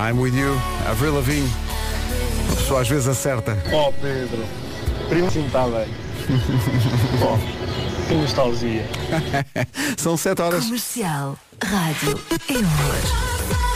I'm with you, Avril Lavigne. A pessoa às vezes acerta. Oh Pedro, primo sim está bem. Oh, que nostalgia. São 7 horas. Comercial, rádio e humor.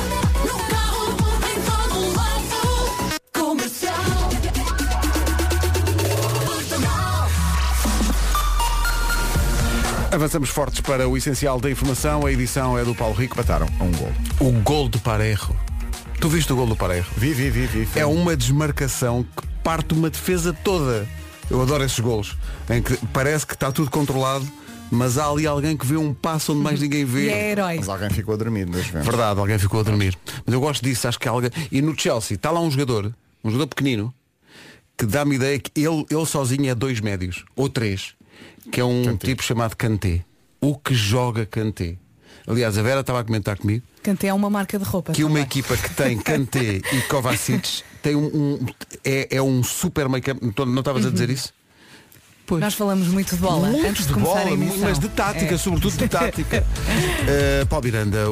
Avançamos fortes para o essencial da informação. A edição é do Paulo Rico. Bataram a um gol. O gol do Parejo. Tu viste o gol do Parejo? Vi. É uma desmarcação que parte uma defesa toda. Eu adoro esses golos, em que parece que está tudo controlado, mas há ali alguém que vê um passo onde mais ninguém vê. E é herói. Mas alguém ficou a dormir. Verdade, alguém ficou a dormir. Mas eu gosto disso, acho que há alguém. E no Chelsea está lá um jogador pequenino, que dá-me ideia que ele sozinho é 2 médios, ou 3, que é um tipo chamado Kanté. O que joga Kanté? Aliás, a Vera estava a comentar comigo Kanté é uma marca de roupa. que também. uma equipa que tem Kanté e Kovacic tem um super make-up. Não estavas a dizer isso? Pois. Nós falamos muito de bola Muito antes de de começar bola, a emissão. mas de tática, É. sobretudo de tática. Paulo Miranda,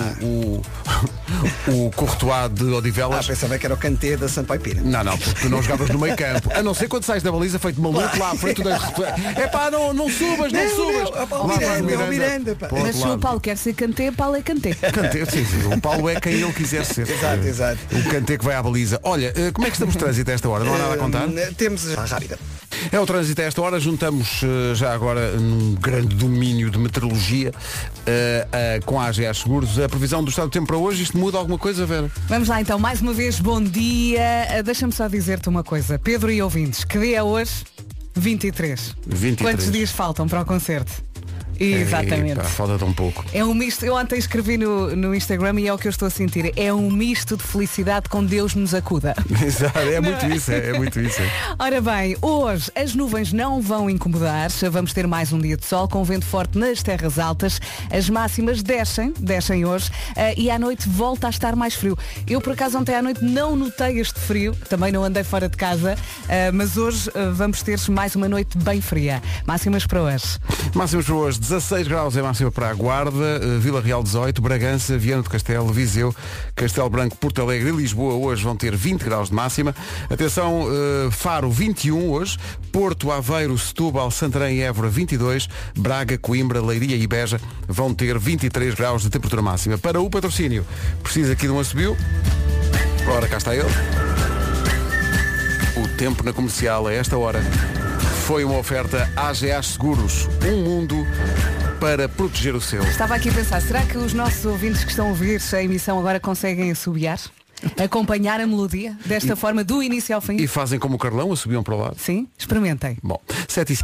o Courtois de Odivelas. Pensava que era o Kanté da Sampaio Pina. Não, porque tu não jogavas no meio campo. A não ser quando sais da baliza feito maluco lá à frente. É pá, não subas. O Miranda, pá. Para o Mas outro se o lado. Paulo quer ser Kanté, Paulo é Kanté. Kanté, sim. O Paulo é quem ele quiser ser. Exato. O Kanté que vai à baliza. Olha, como é que estamos de trânsito a esta hora? Não há nada a contar? Temos a rápida. É o trânsito a esta hora. Juntamos já agora num grande domínio de meteorologia com a AGA Seguros a previsão do estado do tempo para hoje. Isto muda alguma coisa, Vera? Vamos lá então, mais uma vez, bom dia. Deixa-me só dizer-te uma coisa. Pedro e ouvintes, que dia é hoje? 23. 23. Quantos dias faltam para o concerto? Exatamente. Epá, falta tão pouco. É um misto, eu ontem escrevi no Instagram e é o que eu estou a sentir. É um misto de felicidade com Deus nos acuda. Exato, é muito isso, é muito isso. Ora bem, hoje as nuvens não vão incomodar. Vamos ter mais um dia de sol com vento forte nas terras altas. As máximas descem hoje e à noite volta a estar mais frio. Eu por acaso ontem à noite não notei este frio, também não andei fora de casa, mas hoje vamos ter mais uma noite bem fria. Máximas para hoje. Máximas para hoje, 16 graus é máxima para a Guarda, Vila Real 18, Bragança, Viana do Castelo, Viseu, Castelo Branco, Porto Alegre e Lisboa hoje vão ter 20 graus de máxima. Atenção, Faro 21 hoje, Porto, Aveiro, Setúbal, Santarém e Évora 22, Braga, Coimbra, Leiria e Beja vão ter 23 graus de temperatura máxima. Para o patrocínio, precisa aqui de um assobio. Ora, cá está ele. O tempo na comercial a esta hora foi uma oferta AGA Seguros, um mundo para proteger o seu. Estava aqui a pensar, será que os nossos ouvintes que estão a ouvir a emissão agora conseguem assobiar? Acompanhar a melodia desta forma do início ao fim? E fazem como o Carlão, subiam para o lado? Sim, experimentem. Bom, 7 e...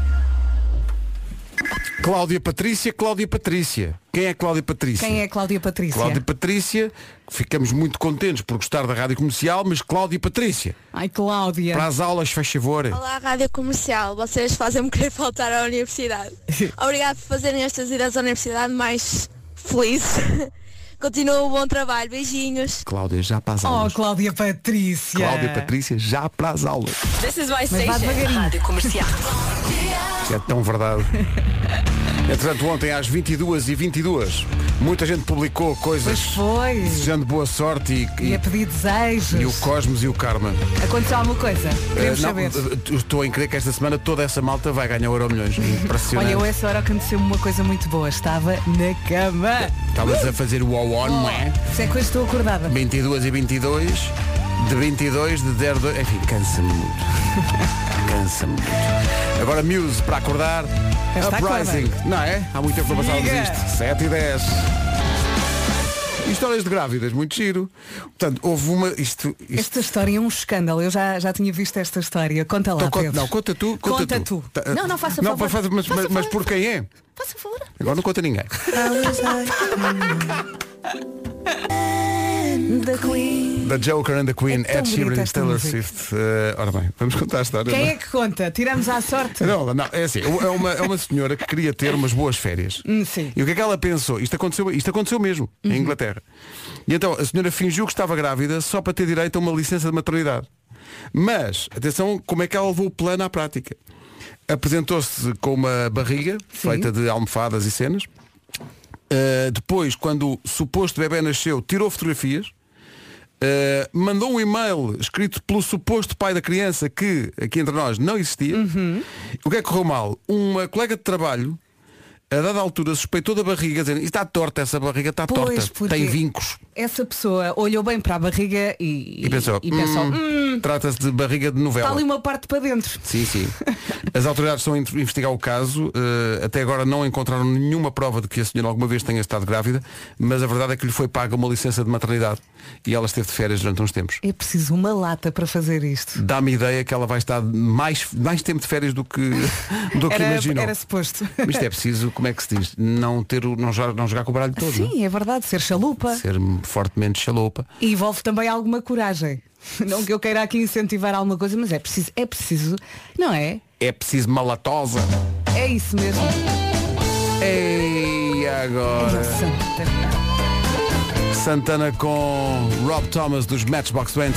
Cláudia Patrícia. Quem é Cláudia Patrícia? Quem é Cláudia Patrícia? Cláudia Patrícia, ficamos muito contentes por gostar da Rádio Comercial, mas Cláudia Patrícia, Ai, Cláudia. para as aulas, faz favor. Olá, Rádio Comercial. Vocês fazem-me querer voltar à universidade. Obrigado por fazerem estas idas à universidade mais felizes. Continua o bom trabalho. Beijinhos. Cláudia, já para as Oh, aulas. Cláudia Patrícia. Cláudia Patrícia, já para as aulas. This is my Mas vá station. devagarinho. Rádio Comercial. Isto é tão verdade. Entretanto, ontem às 22h22, muita gente publicou Pois coisas foi. desejando boa sorte E a pedir desejos. e o Cosmos e o Karma. Aconteceu alguma coisa? Queremos Não, saber. estou em crer que esta semana toda essa malta vai ganhar o Euromilhões. Olha, Impressionante. eu essa hora aconteceu-me uma coisa muito boa. Estava na cama. Estavas a fazer o on, não é? Isso é que hoje estou acordada. 22h22, de 22, de 02, enfim, cansa-me muito. Cansa-me muito. Agora Muse para acordar. Esta Uprising, não é? Há muito tempo que não passávamos Siga. isto. 7h10. Histórias de grávidas, muito giro. Portanto, houve uma. Isto... Esta história é um escândalo. Eu já tinha visto esta história. Conta lá, Então, Pedro. conta tu. Conta tu. Tá, Não, faça não, favor. mas, Faça mas favor. por quem é? Faça favor. Agora não conta ninguém. The Queen. The Joker and the Queen, É tão Ed Sheeran bonita e esta Taylor música. Swift. Ora bem, vamos contar a história. Quem não? é que conta? Tiramos à sorte? Não, é assim, é uma senhora que queria ter umas boas férias. Sim. E o que é que ela pensou? Isto aconteceu mesmo, em Inglaterra. E então a senhora fingiu que estava grávida só para ter direito a uma licença de maternidade. Mas, atenção, como é que ela levou o plano à prática? Apresentou-se com uma barriga feita de almofadas e cenas. Depois, quando o suposto bebê nasceu, tirou fotografias. mandou um e-mail escrito pelo suposto pai da criança que, aqui entre nós, não existia. O que é que correu mal? Uma colega de trabalho, a dada altura, suspeitou da barriga, dizendo, está torta, essa barriga está torta, tem vincos. Essa pessoa olhou bem para a barriga e pensou, trata-se de barriga de novela. Está ali uma parte para dentro. Sim, sim. As autoridades estão a investigar o caso. Até agora não encontraram nenhuma prova de que a senhora alguma vez tenha estado grávida, mas a verdade é que lhe foi paga uma licença de maternidade e ela esteve de férias durante uns tempos. É preciso uma lata para fazer isto. Dá-me ideia que ela vai estar mais tempo de férias do que imaginou. Era suposto. Mas isto é preciso, como é que se diz? Não jogar com o baralho todo. Sim, é verdade, ser chalupa. Ser fortemente chalupa. E envolve também alguma coragem. Não que eu queira aqui incentivar alguma coisa, mas é preciso, não é? É preciso malatosa. É isso mesmo. E agora? Santana com Rob Thomas dos Matchbox 20.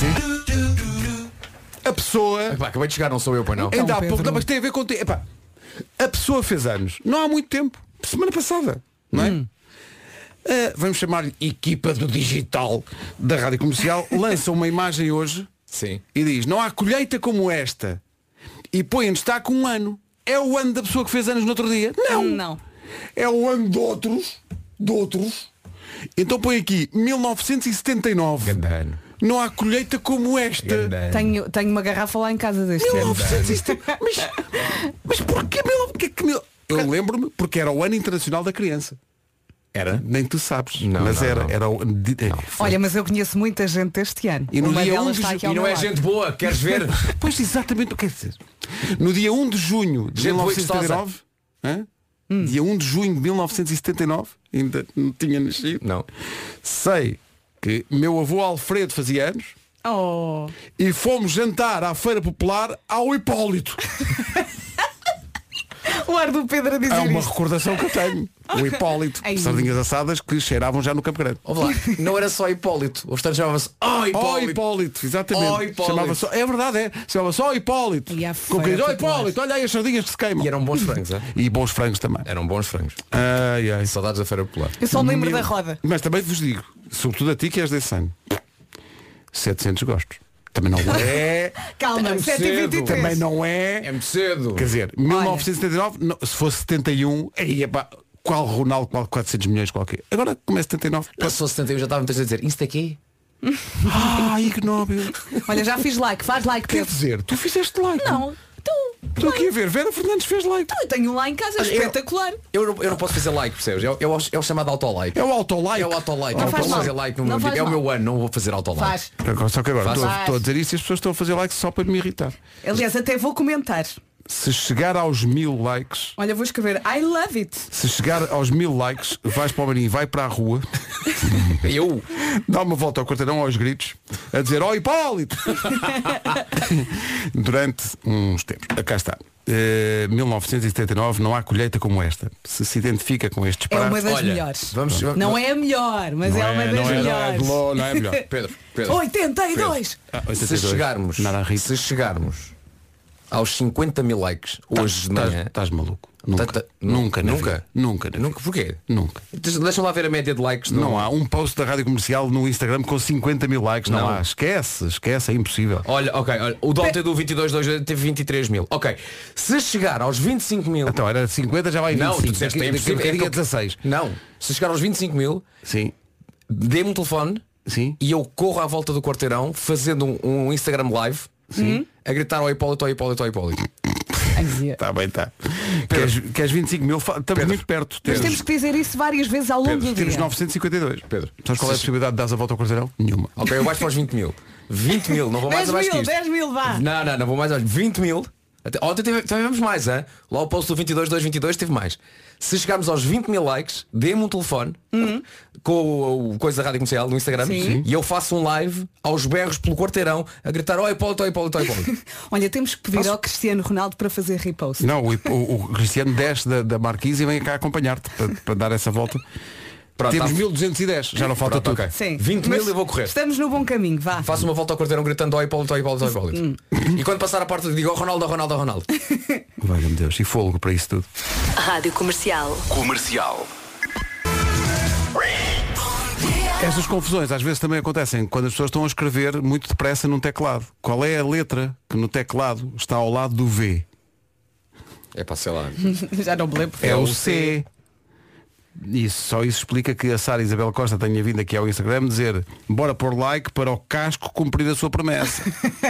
A pessoa... Epá, acabei de chegar, não sou eu, pois não. Então, ainda há pouco, Pedro. não, mas tem a ver com... Epá, a pessoa fez anos. Não há muito tempo. Semana passada. Não é? Vamos chamar-lhe equipa do digital da Rádio Comercial. Lança uma imagem hoje. Sim. E diz, não há colheita como esta. E põe em destaque um ano. É o ano da pessoa que fez anos no outro dia? Não. É o ano de outros. Então põe aqui 1979. Grande ano. Não há colheita como esta. Grande ano. Tenho uma garrafa lá em casa deste ano. 1979. Mas porquê? Eu lembro-me porque era o ano internacional da criança. Era? Nem tu sabes. Não, mas não, era. não. Era o... Olha, mas eu conheço muita gente deste ano. E no Uma dia delas 1 de está aqui junho- ao E não meu é lado. gente boa, queres ver? Pois exatamente o que quer dizer. No dia 1 de junho de Gente boa e 1979, dia 1 de junho de 1979, ainda não tinha nascido, Não. sei que meu avô Alfredo fazia anos Oh. e fomos jantar à Feira Popular ao Hipólito. O ar do Pedro a dizer É uma isto. recordação que eu tenho. O Hipólito. Ai. Sardinhas assadas que cheiravam já no Campo Grande. Ouve lá, não era só Hipólito. O restaurante chamava-se Hipólito. Hipólito, exatamente. Hipólito. Chamava só, é verdade, chamava só Hipólito. E a Com quem diz, Feira Hipólito, olha aí as sardinhas que se queimam. E eram bons frangos, é? E bons frangos também. Eram bons frangos. Ai, ai. Saudades da Feira Popular. Eu só me lembro Mil- da roda. Mas também vos digo, sobretudo a ti que és desse ano, 700 gostos. Também não é. Calma, É 7h23. Também não é. É muito cedo. Quer dizer, 1979, não, se fosse 71, aí epá, qual Ronaldo, qual 400 milhões qualquer. Agora começa 79. Não, se fosse 71 já estava muitas a dizer, isto aqui? Ignóbil. Olha, já fiz like, faz like, Quer Pedro. dizer, tu fizeste like. Não, Estou aqui a ver, Vera Fernandes fez like. eu tenho um lá em casa, Olha, espetacular. Eu não posso fazer like, percebes? É o chamado autolike. É o autolike. É o autolike. Não Não faz posso mal. fazer like no Não meu faz vídeo. É o mal. meu ano, não vou fazer autolike. Faz. Só que agora Faz. estou a dizer isso e as pessoas estão a fazer like só para me irritar. Aliás, até vou comentar. Se chegar aos 1000 likes, Olha, vou escrever I love it. se chegar aos 1000 likes, vais para o Marinho, vai para a rua, Eu? dá uma volta ao quarteirão aos gritos, a dizer, ó Hipólito! Durante uns tempos. Cá está. 1979, não há colheita como esta. Se identifica com este É disparate. uma das Olha, melhores. vamos... Não é a melhor, mas é uma das melhores. Não é melhor. Pedro. 82. Se chegarmos, Nada a rir. se chegarmos aos 50 mil likes hoje de manhã... Estás maluco. Nunca. Tá- Nunca. na Nunca? vida. Nunca. na Nunca? vida. Porquê? Nunca. Deixa-me lá ver a média de likes. Não há um post da Rádio Comercial no Instagram com 50 mil likes. Não, Não. há. Esquece, é impossível. Olha, o de ontem do 22.2 teve 23 mil. Ok. Se chegar aos 25 mil... Então era 50, já vai 25. Não, tu disseste que é impossível. Daqui a É que eu- 16. Não. Se chegar aos 25 mil, Sim. dê-me um telefone Sim. e eu corro à volta do quarteirão fazendo um Instagram live a gritar ao Hipólito, ao Hipólito, ao Hipólito. Está bem, está. Queres 25 mil? Estamos muito perto. Mas temos que dizer isso várias vezes ao longo do Temos dia. 952. Pedro. Sabes qual é a possibilidade de dar a volta ao quarteirão? Nenhuma. Ok, eu baixo para os 20 mil. 20 mil, não vou mais 10 abaixo que mil, isto. 10 mil, vá. Não vou mais abaixo. 20 mil. Ontem tivemos mais, hein? Lá o post do 22.222 teve mais. Se chegarmos aos 20 mil likes, dê-me um telefone com o coisa da Rádio Comercial no Instagram Sim. e eu faço um live aos berros pelo quarteirão a gritar ó Hipólito, ó Hipólito, ó Hipólito. Olha, temos que pedir ao Cristiano Ronaldo para fazer repost. Não, o Cristiano desce da marquise e vem cá acompanhar-te para dar essa volta. Pronto, Temos tá. 1210, já não falta Pronto, tudo. ok. Sim. 20 mil Mas eu vou correr. Estamos no bom caminho, vá. Faço uma volta ao quarteirão gritando ó Hipólito, ó Hipólito, ó Hipólito. E quando passar a parte digo ó Ronaldo, ó Ronaldo, ó Ronaldo. Valha-me Deus, e fôlego para isso tudo. Rádio Comercial. Comercial. Estas confusões às vezes também acontecem quando as pessoas estão a escrever muito depressa num teclado. Qual é a letra que no teclado está ao lado do V? É para, sei lá. Já não me lembro. É o C. Só isso explica que a Sara Isabel Costa tenha vindo aqui ao Instagram dizer bora pôr like para o casco cumprir a sua promessa.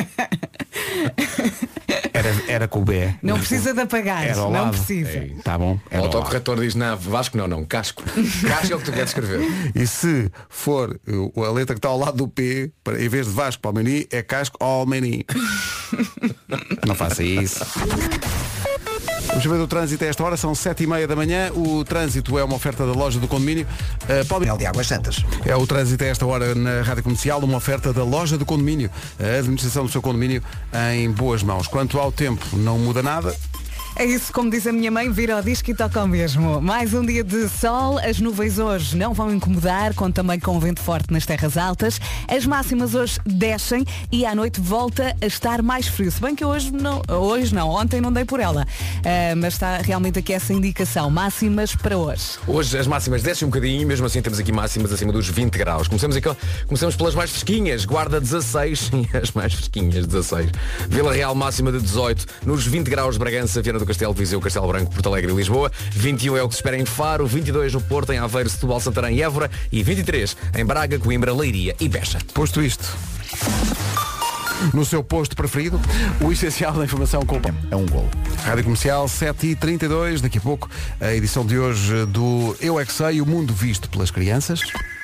Era com o B. Não precisa de apagar. Era ao não lado. precisa. Tá bom. O autocorretor diz, não, Vasco não, casco. Casco é o que tu queres escrever. E se for a letra que está ao lado do P, em vez de Vasco Palmeirim, é casco Almeirim. Não faça isso. Vamos ver o trânsito a esta hora, são 7h30 da manhã. O trânsito é uma oferta da loja do condomínio. De Águas Santas. É o trânsito a esta hora na Rádio Comercial, uma oferta da loja do condomínio. A administração do seu condomínio em boas mãos. Quanto ao tempo, não muda nada. É isso, como diz a minha mãe, vira ao disco e toca ao mesmo. Mais um dia de sol, as nuvens hoje não vão incomodar, conto também com vento forte nas terras altas. As máximas hoje descem e à noite volta a estar mais frio. Se bem que hoje não, ontem não dei por ela. Mas está realmente aqui essa indicação. Máximas para hoje. Hoje as máximas descem um bocadinho, mesmo assim temos aqui máximas acima dos 20 graus. Começamos pelas mais fresquinhas, Guarda 16 e as mais fresquinhas 16. Vila Real máxima de 18, nos 20 graus de Bragança, Viana do Castelo, Viseu, Castelo Branco, Porto Alegre e Lisboa. 21 é o que se espera em Faro, 22 no Porto, em Aveiro, Setúbal, Santarém e Évora e 23 em Braga, Coimbra, Leiria e Beja. Posto isto, no seu posto preferido, o essencial da informação com é um gol. Rádio Comercial 7h32, daqui a pouco a edição de hoje do Eu é que Sei, o mundo visto pelas crianças.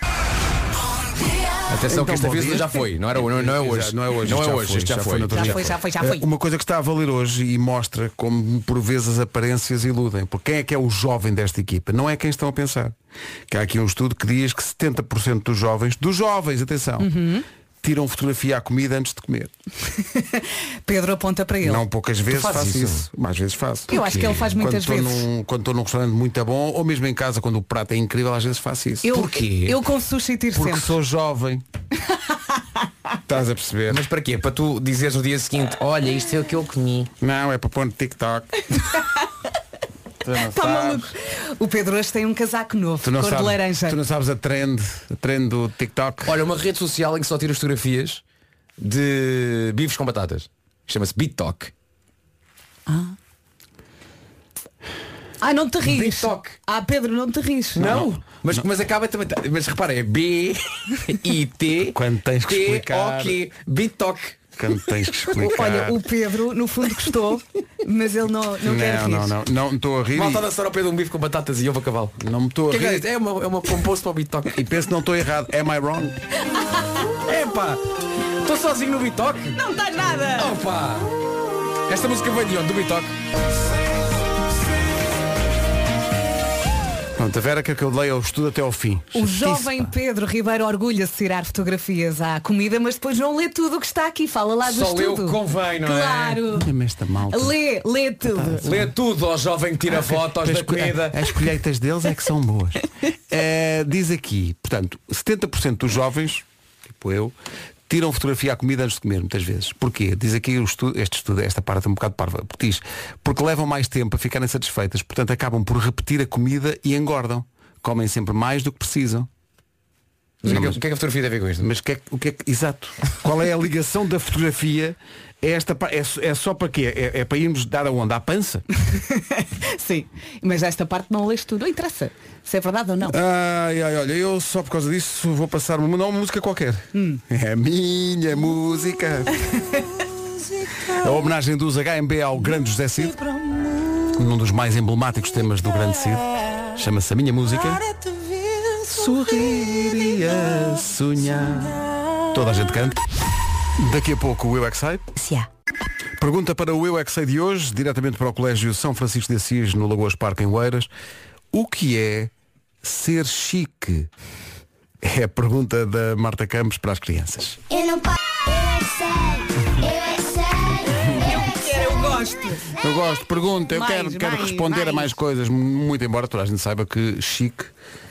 Atenção, Então, que esta bom vez dia. já foi, não é hoje. Não é hoje, Isto já foi. Já foi. Uma coisa que está a valer hoje e mostra como por vezes as aparências iludem. Porque quem é que é o jovem desta equipa? Não é quem estão a pensar. Que há aqui um estudo que diz que 70% dos jovens, atenção, tiram fotografia à comida antes de comer. Pedro aponta para ele. Não poucas vezes fazes faço isso? isso. Mais vezes faço. Eu acho que ele faz muitas vezes. Quando estou num restaurante muito bom, ou mesmo em casa quando o prato é incrível, às vezes faço isso. Porquê? Eu com sushi tiro Porque sempre. sou jovem. Estás a perceber? Mas para quê? Para tu dizeres no dia seguinte, olha, isto é o que eu comi. Não, é para pôr no TikTok. Tu não Está sabes. maluco. O Pedro hoje tem um casaco novo, Tu não cor de sabes, laranja. tu não sabes a trend do TikTok. Olha, uma rede social em que só tira fotografias de bifes com batatas. Chama-se BeatTok. Não te ris. BeatTok. Pedro, não te ris. Não. Mas acaba também. Mas repara, é B-I-T. Quando tens que explicar. T-O-Q. BeatTok. Quando tens que explicar. Olha, o Pedro, no fundo, gostou, mas ele não quer rir. Não estou a rir. Malta a dançar ao pé de um bife com batatas e ovo a cavalo. Não me estou a Que é rir. isso? É uma composto para o BeatTok. E penso que não estou errado. Am I wrong? Epá, estou sozinho no BeatTok. Não estás nada. Opa! Esta música veio de onde? Do BeatTok. Pronto, a Vera quer que eu leia o estudo até ao fim. O Chatice, jovem pá. Pedro Ribeiro orgulha-se de tirar fotografias à comida, mas depois não lê tudo o que está aqui. Fala lá do Só lê o estudo. que convém, não é? Claro. Olha-me esta malta. Lê tudo. Lê tudo ao jovem que tira fotos da comida. As colheitas deles é que são boas. Diz aqui, portanto, 70% dos jovens, tipo eu, tiram fotografia à comida antes de comer, muitas vezes. Porquê? Diz aqui este estudo, esta parte é um bocado parva, porque diz, porque levam mais tempo a ficarem satisfeitas, portanto acabam por repetir a comida e engordam. Comem sempre mais do que precisam. Mas o que é que a fotografia tem a ver com isto? Mas exato. Qual é a ligação da fotografia? É só para quê? É para irmos dar aonde? À pança? Sim, mas esta parte não lês tudo. Não interessa se é verdade ou não. Olha, eu só por causa disso vou passar uma música qualquer. É a minha música. A homenagem dos HMB ao grande José Cid, num dos mais emblemáticos temas do grande Cid. Chama-se A Minha Música. Sorriria, sonhar. Toda a gente canta. Daqui a pouco o Eu é que Sei. Pergunta para o Eu é que Sei de hoje, diretamente para o Colégio São Francisco de Assis, no Lagoas Parque, em Oeiras. O que é ser chique? É a pergunta da Marta Campos para as crianças. Eu não paro, eu é que sei, Eu gosto. Eu gosto, pergunta, eu Mais, quero mais, responder a mais. mais coisas, muito embora toda a gente saiba que chique.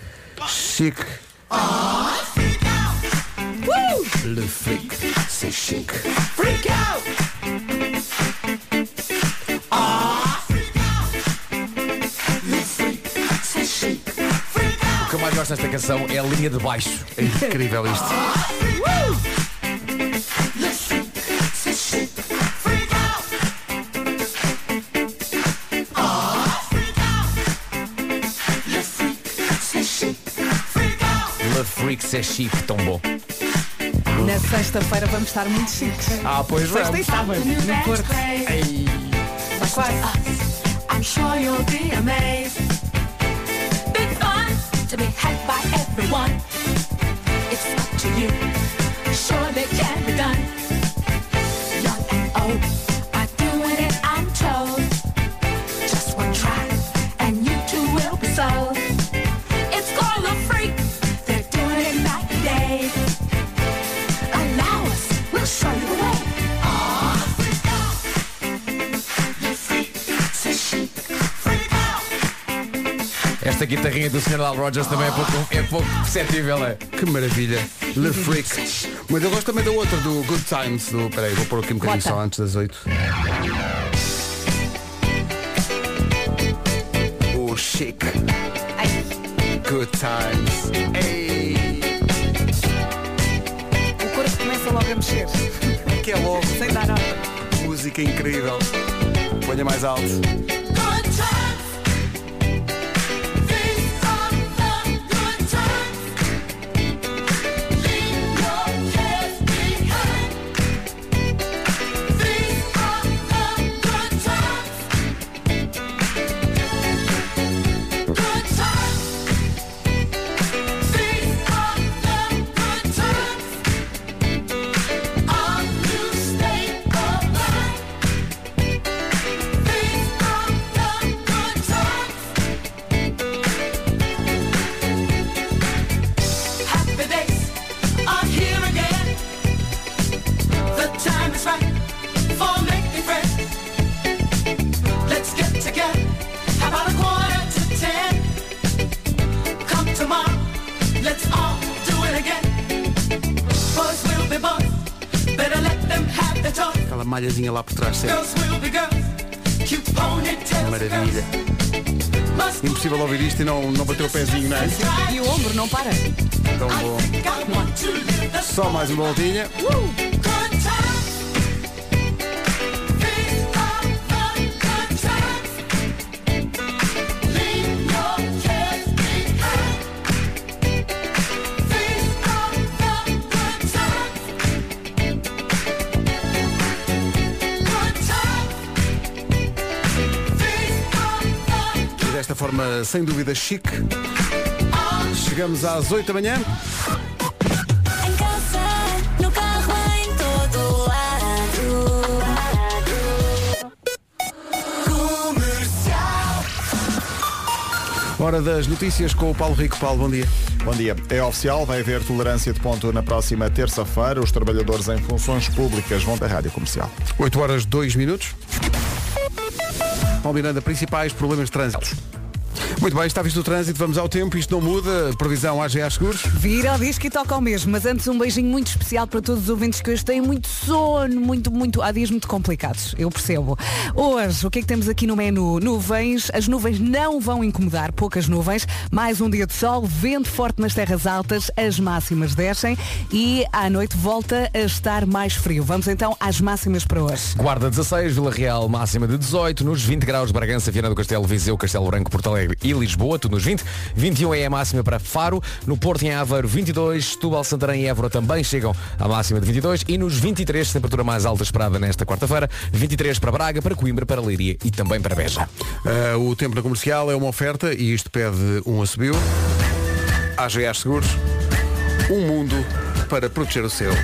Le freak, c'est chic. freak out. O que eu mais gosto gosto desta canção é a linha de baixo. É incrível isto. Le Freak, c'est chic, tão bom. Na sexta-feira vamos estar muito chiques. Pois Sexta e sábado, no Porto. Está quase. I'm sure you'll be amazed. Big fun to be had by everyone. It's up to you. Surely can be done. Young and old are doing it, I'm told. Just one try and you too will be sold. It's called a freak. They're doing it night and day. Allow us, we'll show you the way. Esta guitarrinha do Sr. Al Rogers também é pouco perceptível, é? Que maravilha. Le Freak. Mas eu gosto também da outra, do Good Times. Peraí, vou pôr aqui um bocadinho só antes das 8. O Chic. Good Times. Ei. O corpo começa logo a mexer. Que é logo. Sem dar nada. Música incrível. Ponha mais alto. Aquela malhazinha lá por trás sempre. Maravilha. Impossível ouvir isto e não bater o pezinho, não é? E o ombro não para. Tão bom. Só mais uma voltinha. Desta forma, sem dúvida, chique. Chegamos às 8 da manhã. Em casa, no carro, em todo lado. Comercial. Hora das notícias com o Paulo Rico. Paulo, bom dia. Bom dia. É oficial, vai haver tolerância de ponto na próxima terça-feira. Os trabalhadores em funções públicas vão da Rádio Comercial. 8 horas 2 minutos. Paulo Miranda, principais problemas de trânsito. Muito bem, está visto o trânsito, vamos ao tempo, isto não muda, previsão AGA Seguros. Vira ao disco e toca ao mesmo, mas antes um beijinho muito especial para todos os ouvintes que hoje têm muito sono, há dias muito complicados, eu percebo. Hoje, o que é que temos aqui no menu? Nuvens, as nuvens não vão incomodar, poucas nuvens, mais um dia de sol, vento forte nas terras altas, as máximas descem e à noite volta a estar mais frio. Vamos então às máximas para hoje. Guarda 16, Vila Real máxima de 18, nos 20 graus de Bragança, Viana do Castelo, Viseu, Castelo Branco, Porto Alegre e Lisboa, tudo nos 20. 21 é a máxima para Faro. No Porto e em Aveiro, 22. Setúbal, Santarém e Évora também chegam à máxima de 22. E nos 23, temperatura mais alta esperada nesta quarta-feira. 23 para Braga, para Coimbra, para Leiria e também para Beja. O tempo na comercial é uma oferta e isto pede um assobio. AGA Seguros. Um mundo para proteger o seu.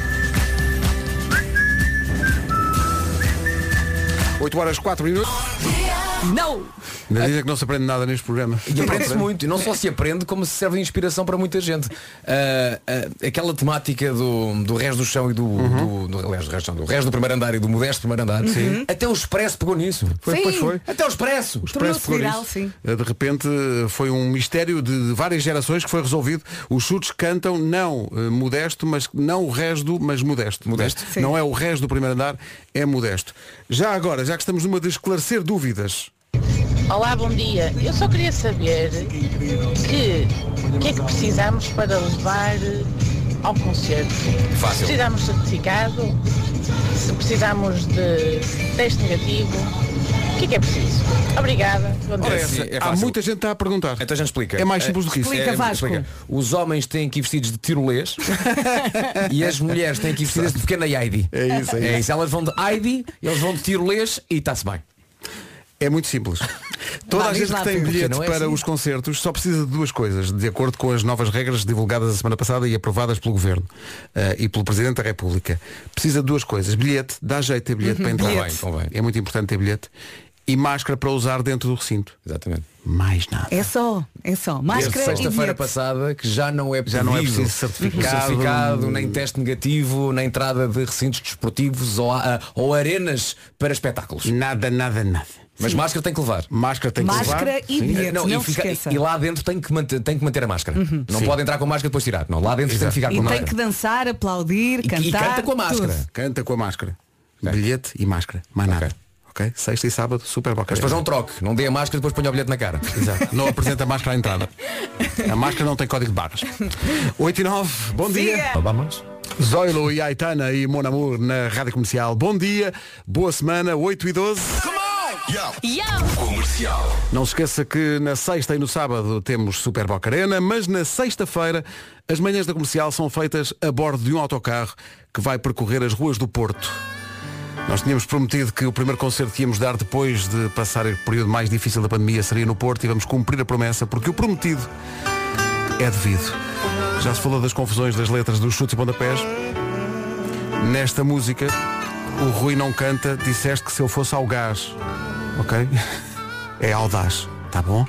8 horas 4 minutos. Não! Ainda dizem que não se aprende nada neste programa. E aprende-se muito, e não só se aprende, como se serve de inspiração para muita gente. Aquela temática do resto do chão e do resto do primeiro andar e do modesto primeiro andar, até o Expresso pegou nisso. Foi. Até o Expresso. O Expresso pegou nisso. Sim. De repente foi um mistério de várias gerações que foi resolvido. Os chutes cantam não modesto, mas não o resto, mas modesto. Modesto. Sim. Não é o resto do primeiro andar, é modesto. Já agora, já que estamos numa de esclarecer dúvidas. Olá, bom dia. Eu só queria saber que O que é que precisamos para levar ao concerto? Fácil. Precisamos de certificado? Se precisamos de teste negativo? O que é preciso? Obrigada. Bom dia. Há muita gente que está a perguntar. Então a gente explica. É mais simples do que isso. Explica, Vasco. Os homens têm que ir vestidos de tirolês e as mulheres têm que ir vestidas de pequena Heidi. É isso, é isso. Elas vão de Heidi, eles vão de tirolês e está-se bem. É muito simples. Toda a gente que tem bilhete não é para assim. os concertos só precisa de duas coisas, de acordo com as novas regras divulgadas a semana passada e aprovadas pelo Governo e pelo Presidente da República. Precisa de duas coisas. Bilhete, dá jeito ter bilhete para entrar. Convém. É muito importante ter bilhete. E máscara para usar dentro do recinto. Exatamente. Mais nada. É só. Máscara Desde e sexta-feira bilhete. passada que já não é preciso certificado, nem teste negativo, nem entrada de recintos desportivos ou arenas para espetáculos. Nada. Mas máscara tem que levar. Máscara tem que levar. Máscara e bilhete, não se esqueça. E lá dentro tem que manter a máscara. Não Sim. pode entrar com a máscara e depois tirar. Não, lá dentro tem que ficar com E a tem máscara. que dançar, aplaudir, cantar. E canta com a máscara. tudo. Canta com a máscara. Bilhete e máscara. Mais nada. Ok? Sexta e sábado, super bacana. Mas depois não troque. Não dê a máscara e depois ponha o bilhete na cara. Exato. Não apresenta a máscara à entrada. A máscara não tem código de barras. 8 e 9, bom dia. Vamos. Zoilo e Aitana e Mon Amour na Rádio Comercial. Bom dia, boa semana, 8 e 12. Comercial. Não se esqueça que na sexta e no sábado temos Super Boca Arena, mas na sexta-feira as manhãs da Comercial são feitas a bordo de um autocarro que vai percorrer as ruas do Porto. Nós tínhamos prometido que o primeiro concerto que íamos dar depois de passar o período mais difícil da pandemia seria no Porto e vamos cumprir a promessa porque o prometido é devido. Já se falou das confusões das letras dos chutes e pontapés. Nesta música, o Rui não canta, disseste que se eu fosse ao gás, ok? É audaz, tá bom?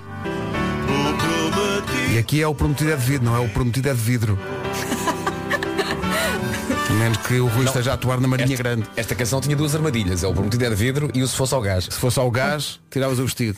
E aqui é o prometido é devido, não é o prometido é de vidro. A menos que o Rui esteja a atuar na Marinha Grande. Esta canção tinha duas armadilhas. É o prometido é de vidro e o se fosse ao gás. Se fosse ao gás, tiravas o vestido.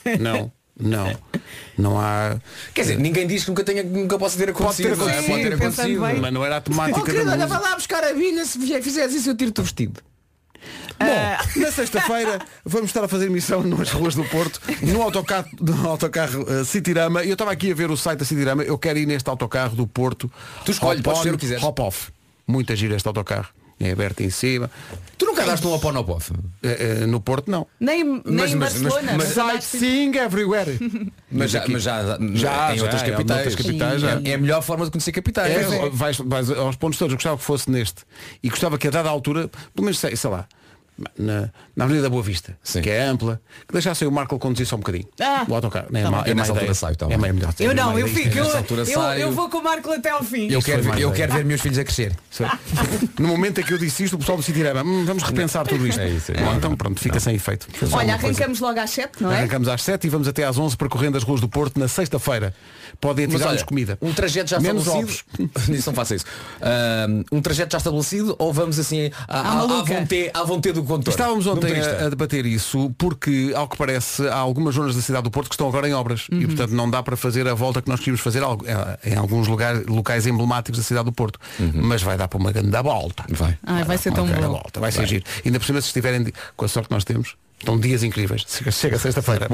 Não há. Quer dizer, ninguém diz que nunca possa ter acontecido. Pode ter acontecido. Pode ter acontecido. Mas não era a temática da Olha, música. vai lá buscar a bilha. Se fizeres isso eu tiro-te o vestido. Bom, na sexta-feira vamos estar a fazer emissão nas ruas do Porto, no autocarro Citirama. E eu estava aqui a ver o site da Citirama. Eu quero ir neste autocarro do Porto. Tu escolhe, podes ser o que quiseres. Hop-off. Muita gira este autocarro. É aberto em cima. Tu nunca daste um Hop-off? No Porto não. Nem em Barcelona. Mas sightseeing everywhere. Mas já em outras capitais. É a melhor forma de conhecer capitais. Vais aos pontos todos. Eu gostava que fosse neste. E gostava que a dada altura, pelo menos sei lá, na Avenida da Boa Vista, que é ampla, que deixasse o Marco conduzir só um bocadinho. O autocarro. É mais altura ideia. saio, É mais melhor. Eu não, eu fico. Nessa altura Eu vou com o Marco até ao fim. Eu quero ver meus filhos a crescer. No momento em que eu disse isto, o pessoal do Citirama, vamos repensar tudo isto. Bom, então pronto, fica sem efeito. Olha, arrancamos logo às 7, não é? Arrancamos às 7 e vamos até às 11 percorrendo as ruas do Porto na sexta-feira. Podem tirar-nos comida. Um trajeto já menos estabelecido. Isso não faça isso. Um trajeto já estabelecido ou vamos assim à vontade do condutor? Estávamos ontem a debater isso porque, ao que parece, há algumas zonas da cidade do Porto que estão agora em obras e portanto não dá para fazer a volta que nós queríamos fazer em alguns locais emblemáticos da cidade do Porto. Mas vai dar para uma grande volta. Vai ser tão bom. Vai ser giro. Ainda por cima, se estiverem com a sorte que nós temos, estão dias incríveis. Chega sexta-feira.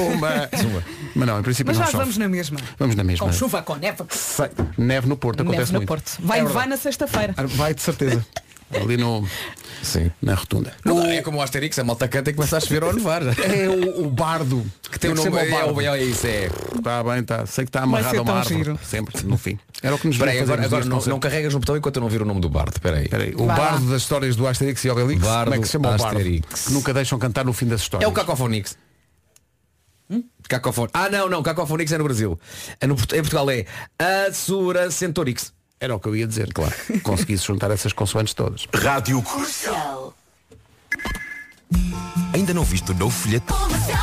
Mas não, em princípio Mas não nós chove. vamos na mesma. Vamos na mesma. Com chuva, com neve. Neve no Porto, acontece Neve no muito. Porto. Vai na sexta-feira. Vai de certeza. Ali na rotunda. É como o Asterix, a malta canta e começa a chover ou a nevar. É o bardo que tem o nome. É isso, é. Está bem, está. Sei que está amarrado a uma árvore. Giro. Sempre, no fim. Era o que nos Espera aí, agora não carregas no botão enquanto eu não vir o nome do bardo. Espera aí. O bardo das histórias do Asterix e Obelix. Como é que se chama o bardo? Asterix. Que nunca deixam cantar no fim das histórias. É o Cacofonix. Não, Cacofonix é no Brasil. Em Portugal é Assura Centorix. Era o que eu ia dizer, claro. Conseguisse juntar essas consoantes todas. Rádio Comercial. Ainda não viste o novo folheto?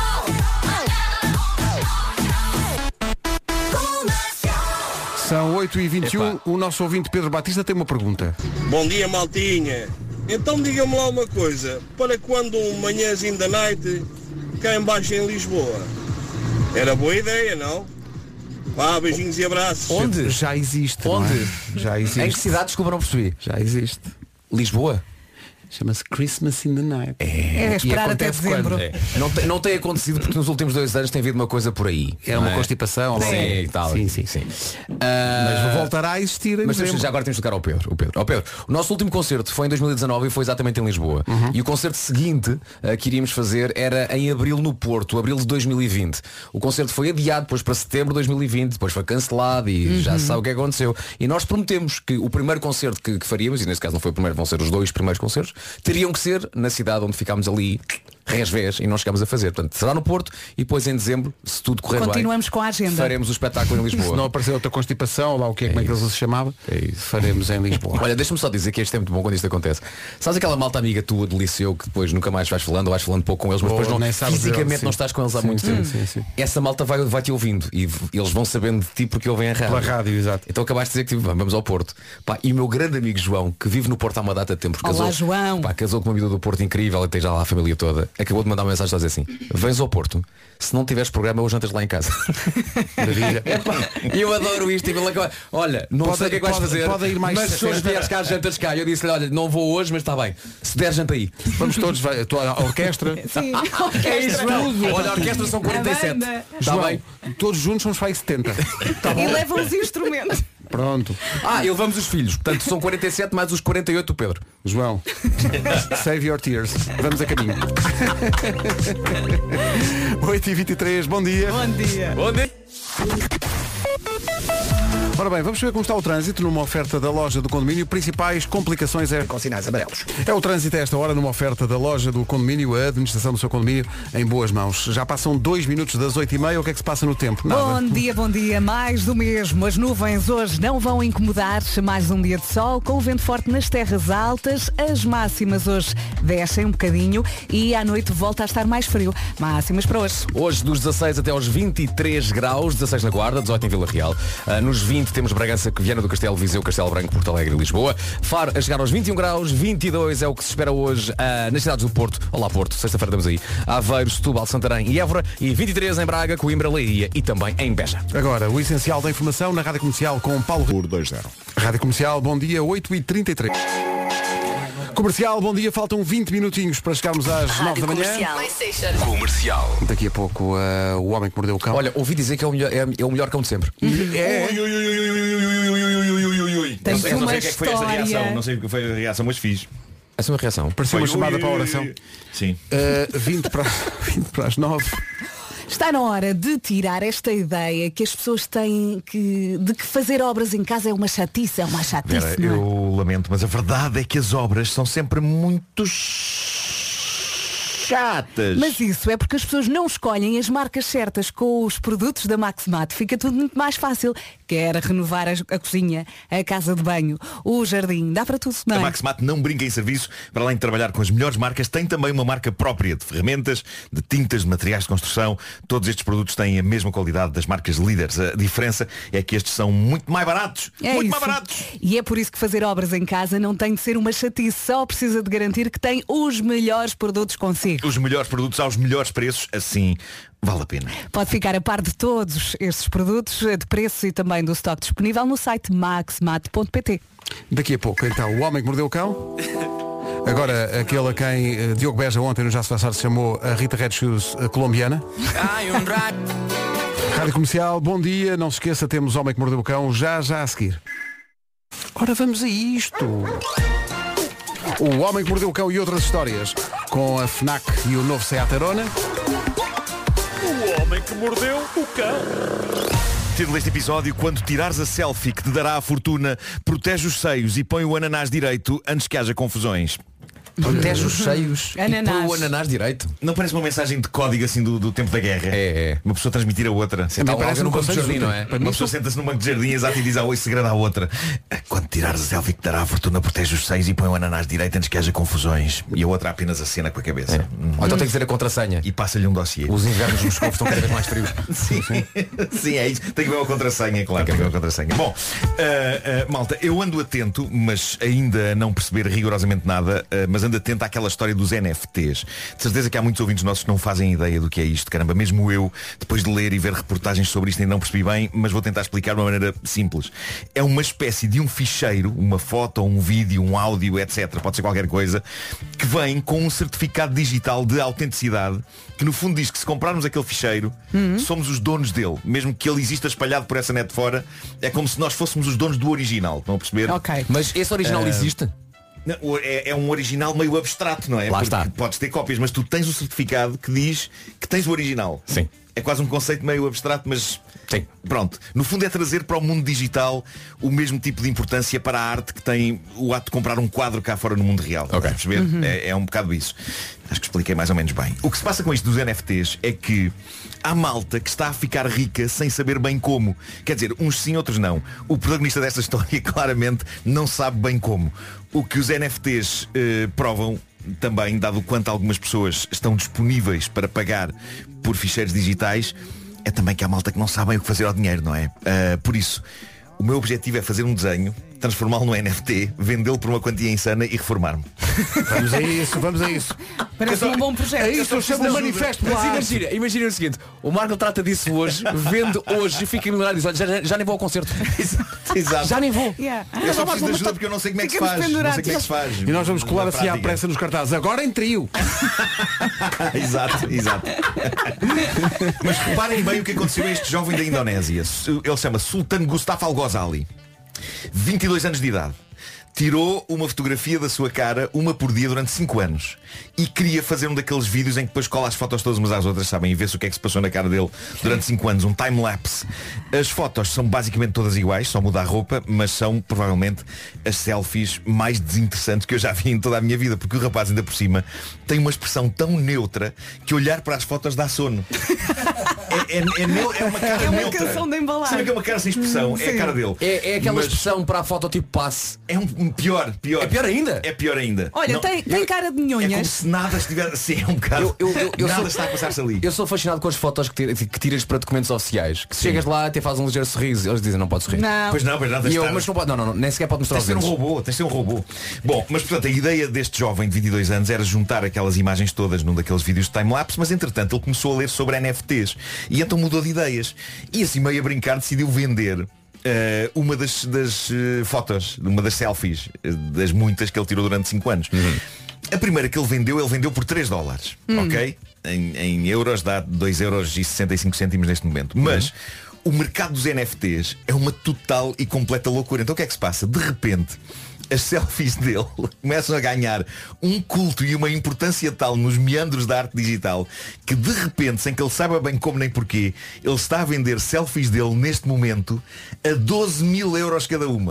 São 8h21. O nosso ouvinte Pedro Batista tem uma pergunta. Bom dia, maltinha. Então diga-me lá uma coisa. Para quando um manhãzinho da night cá embaixo em Lisboa? Era boa ideia, não? Vá, beijinhos e abraços. Onde? Já existe. Onde? Já existe. Em que cidade, desculpa, não percebi. Já existe. Lisboa? Chama-se Christmas in the Night. É esperar até dezembro. Não tem acontecido porque nos últimos 2 anos tem havido uma coisa por aí. Era uma constipação. Sim, e tal. Sim. Mas voltará a existir em Mas dezembro. já agora temos de tocar ao Pedro. O nosso último concerto foi em 2019 e foi exatamente em Lisboa. E o concerto seguinte que iríamos fazer era em abril no Porto, abril de 2020. O concerto foi adiado depois para setembro de 2020, depois foi cancelado e já se sabe o que aconteceu. E nós prometemos que o primeiro concerto que faríamos, e nesse caso não foi o primeiro, vão ser os 2 primeiros concertos, teriam que ser na cidade onde ficámos ali resvés e não chegámos a fazer. Portanto, será no Porto e depois em dezembro, se tudo correr bem, continuamos com a agenda. Faremos o espetáculo em Lisboa. Se não aparecer outra constipação, lá como é que ele se chamava, faremos em Lisboa. Olha, deixa-me só dizer que este é muito bom quando isto acontece. Sabes aquela malta amiga tua de liceu que depois nunca mais vais falando, ou vais falando pouco com eles, mas depois não, fisicamente não estás com eles há muito tempo. Sim. Essa malta vai te ouvindo e eles vão sabendo de ti porque ouvem a rádio. Pela rádio, exato. Então acabaste de dizer que vamos ao Porto. Pá, e o meu grande amigo João, que vive no Porto há uma data de tempo, Olá, João. Casou com uma amiga do Porto incrível e tem já lá a família toda, acabou de mandar uma mensagem a dizer assim: vens ao Porto, se não tiveres programa hoje jantas lá em casa. Maravilha. E eu adoro isto. Olha, não sei o que é que vais fazer, pode ir mais mas se hoje vieres cá, jantas cá. Eu disse-lhe, olha, não vou hoje, mas está bem, se der janta aí. Vamos todos, a orquestra. Sim, É isso, tudo. Olha, a orquestra são 47. Está bem? Todos juntos somos para aí 70. Tá bom? E levam os instrumentos. Pronto. E levamos os filhos. Portanto, são 47 mais os 48 do Pedro. João, save your tears. Vamos a caminho. 8h23, bom dia. Bom dia. Bom dia. Ora bem, vamos ver como está o trânsito numa oferta da loja do condomínio. Principais complicações com sinais amarelos. É o trânsito a esta hora numa oferta da loja do condomínio, a administração do seu condomínio em boas mãos. Já passam 2 minutos das 8h30. O que é que se passa no tempo? Nada. Bom dia. Mais do mesmo. As nuvens hoje não vão incomodar. Mais um dia de sol com vento forte nas terras altas. As máximas hoje descem um bocadinho e à noite volta a estar mais frio. Máximas para hoje. Hoje dos 16 até aos 23 graus, 16 na Guarda, 18 em Vila Real. Nos 20 temos Bragança, Viana do Castelo, Viseu, Castelo Branco, Porto Alegre e Lisboa. Faro a chegar aos 21 graus, 22 é o que se espera hoje nas cidades do Porto. Olá Porto, sexta-feira estamos aí. Aveiro, Setúbal, Santarém e Évora. E 23 em Braga, Coimbra, Leiria e também em Beja. Agora, o essencial da informação na Rádio Comercial com Paulo Por 2-0. Rádio Comercial, bom dia, 8h33. Comercial, bom dia, faltam 20 minutinhos para chegarmos às 9 da manhã. Comercial. Daqui a pouco o homem que mordeu o cão. Olha, ouvi dizer que é o melhor cão de sempre. Tem Não uma sei o que é que foi essa história. reação. Não sei o que foi a reação, mas fiz. Essa é uma reação. Parecia uma chamada para a oração. Sim. 20 para as 9. Está na hora de tirar esta ideia que as pessoas têm de que fazer obras em casa é uma chatice, Vera, não é? eu lamento, mas a verdade é que as obras são sempre muito chatas. Mas isso é porque as pessoas não escolhem as marcas certas. Com os produtos da Maximat fica tudo muito mais fácil. Quer renovar a cozinha, a casa de banho, o jardim, dá para tudo, não é? A Maximat não brinca em serviço. Para além de trabalhar com as melhores marcas, tem também uma marca própria de ferramentas, de tintas, de materiais de construção. Todos estes produtos têm a mesma qualidade das marcas líderes. A diferença é que estes são muito mais baratos. Mais baratos. E é por isso que fazer obras em casa não tem de ser uma chatice. Só precisa de garantir que tem os melhores produtos consigo. Os melhores produtos aos melhores preços, assim vale a pena. Pode ficar a par de todos estes produtos, de preço e também do estoque disponível no site maximat.pt. Daqui a pouco, então, o homem que mordeu o cão. Agora, aquele a quem Diogo Beja ontem no Já se passar se chamou a Rita Red Shoes colombiana. Rádio Comercial, bom dia. Não se esqueça, temos o homem que mordeu o cão já a seguir. Ora, vamos a isto. O homem que mordeu o cão e outras histórias com a FNAC e o novo Seat Arona. O homem que mordeu o cão. Título deste episódio: quando tirares a selfie que te dará a fortuna, protege os seios e põe o ananás direito antes que haja confusões. Protege os seios e põe o ananás direito. Não parece uma mensagem de código assim do tempo da guerra? É. Uma pessoa transmitir a outra. Parece no banco de jardim, não é? Uma pessoa senta-se num banco de jardim exato e diz oi segredo à outra: quando tirares a selfie que te dará a fortuna, protege os seios e põe o ananás direito antes que haja confusões. E a outra apenas acena com a cabeça. Ou então tem que dizer a contrassenha. E passa-lhe um dossiê. Os invernos nos cofres estão cada vez mais frios. Sim, é isso. Tem que ver uma contrassenha, claro. Tem que ver uma contrassenha. Bom, malta, eu ando atento, mas ainda não perceber rigorosamente nada, mas ande atento àquela história dos NFTs. De certeza que há muitos ouvintes nossos que não fazem ideia do que é isto. Caramba, mesmo eu, depois de ler e ver reportagens sobre isto, ainda não percebi bem, mas vou tentar explicar de uma maneira simples. É uma espécie de um ficheiro, uma foto, um vídeo, um áudio, etc. Pode ser qualquer coisa, que vem com um certificado digital de autenticidade, que no fundo diz que se comprarmos aquele ficheiro, somos os donos dele. Mesmo que ele exista espalhado por essa net fora, é como se nós fôssemos os donos do original. Estão a perceber? Ok. Mas esse original existe? Não, é um original meio abstrato, não é? Lá Porque está. podes ter cópias, mas tu tens o certificado que diz que tens o original. Sim. É quase um conceito meio abstrato, mas sim. Pronto. No fundo é trazer para o mundo digital o mesmo tipo de importância para a arte que tem o ato de comprar um quadro cá fora no mundo real. Estás a perceber? É um bocado isso. Acho que expliquei mais ou menos bem. O que se passa com isto dos NFTs é que há malta que está a ficar rica sem saber bem como. Quer dizer, uns sim, outros não. O protagonista desta história claramente não sabe bem como. O que os NFTs provam também, dado o quanto algumas pessoas estão disponíveis para pagar por ficheiros digitais, é também que há malta que não sabem o que fazer ao dinheiro, não é? Por isso, o meu objetivo é fazer um desenho, transformá-lo no NFT, vendê-lo por uma quantia insana e reformar-me. Vamos a isso, vamos a isso. Parece um bom projeto. É isso, eu chamo o manifesto. Mas imagina o seguinte, o Marco trata disso hoje, vende hoje e fica milionário e diz, olha, já nem vou ao concerto. Exato. Já nem vou. Eu só preciso de ajuda porque eu não sei como é que se faz. Não sei como é que se faz. E nós vamos colar Na assim à prática. pressa nos cartazes. Agora em trio. Exato. Mas reparem bem o que aconteceu a este jovem da Indonésia. Ele se chama Sultan Gustaf Al-Ghazali. 22 anos de idade. Tirou uma fotografia da sua cara, uma por dia, durante 5 anos. E queria fazer um daqueles vídeos em que depois cola as fotos todas umas às outras, sabem? E vê-se o que é que se passou na cara dele durante 5 anos. Um time-lapse. As fotos são basicamente todas iguais, só muda a roupa, mas são provavelmente as selfies mais desinteressantes que eu já vi em toda a minha vida. Porque o rapaz, ainda por cima, tem uma expressão tão neutra que olhar para as fotos dá sono. É uma cara É uma neutra. canção de embalagem. Sabe que é uma cara sem expressão? É a cara dele. É aquela Mas expressão para a foto tipo passe. é um pior. É pior ainda? É pior ainda. Olha, Não, tem cara de é como nhonhas. se nada estivesse assim, é um bocado. Nada está a passar-se ali. Eu sou fascinado com as fotos que tiras para documentos oficiais. Que chegas lá até faz um ligeiro sorriso. Eles dizem não pode sorrir. Não. Pois não, E tens eu, de estar- mas não pode, não, nem sequer pode mostrar Tens de os ser um dentes. robô, tens de ser um robô. Bom, mas portanto a ideia deste jovem de 22 anos era juntar aquelas imagens todas num daqueles vídeos de time-lapse, mas entretanto ele começou a ler sobre NFTs e então mudou de ideias. E assim meio a brincar decidiu vender uma das fotos, uma das selfies, das muitas que ele tirou durante 5 anos. A primeira que ele vendeu por $3, ok? Em euros dá 2,65 € neste momento. Mas o mercado dos NFTs é uma total e completa loucura. Então o que é que se passa? De repente, as selfies dele começam a ganhar um culto e uma importância tal nos meandros da arte digital que de repente, sem que ele saiba bem como nem porquê, ele está a vender selfies dele neste momento a 12.000 € cada uma.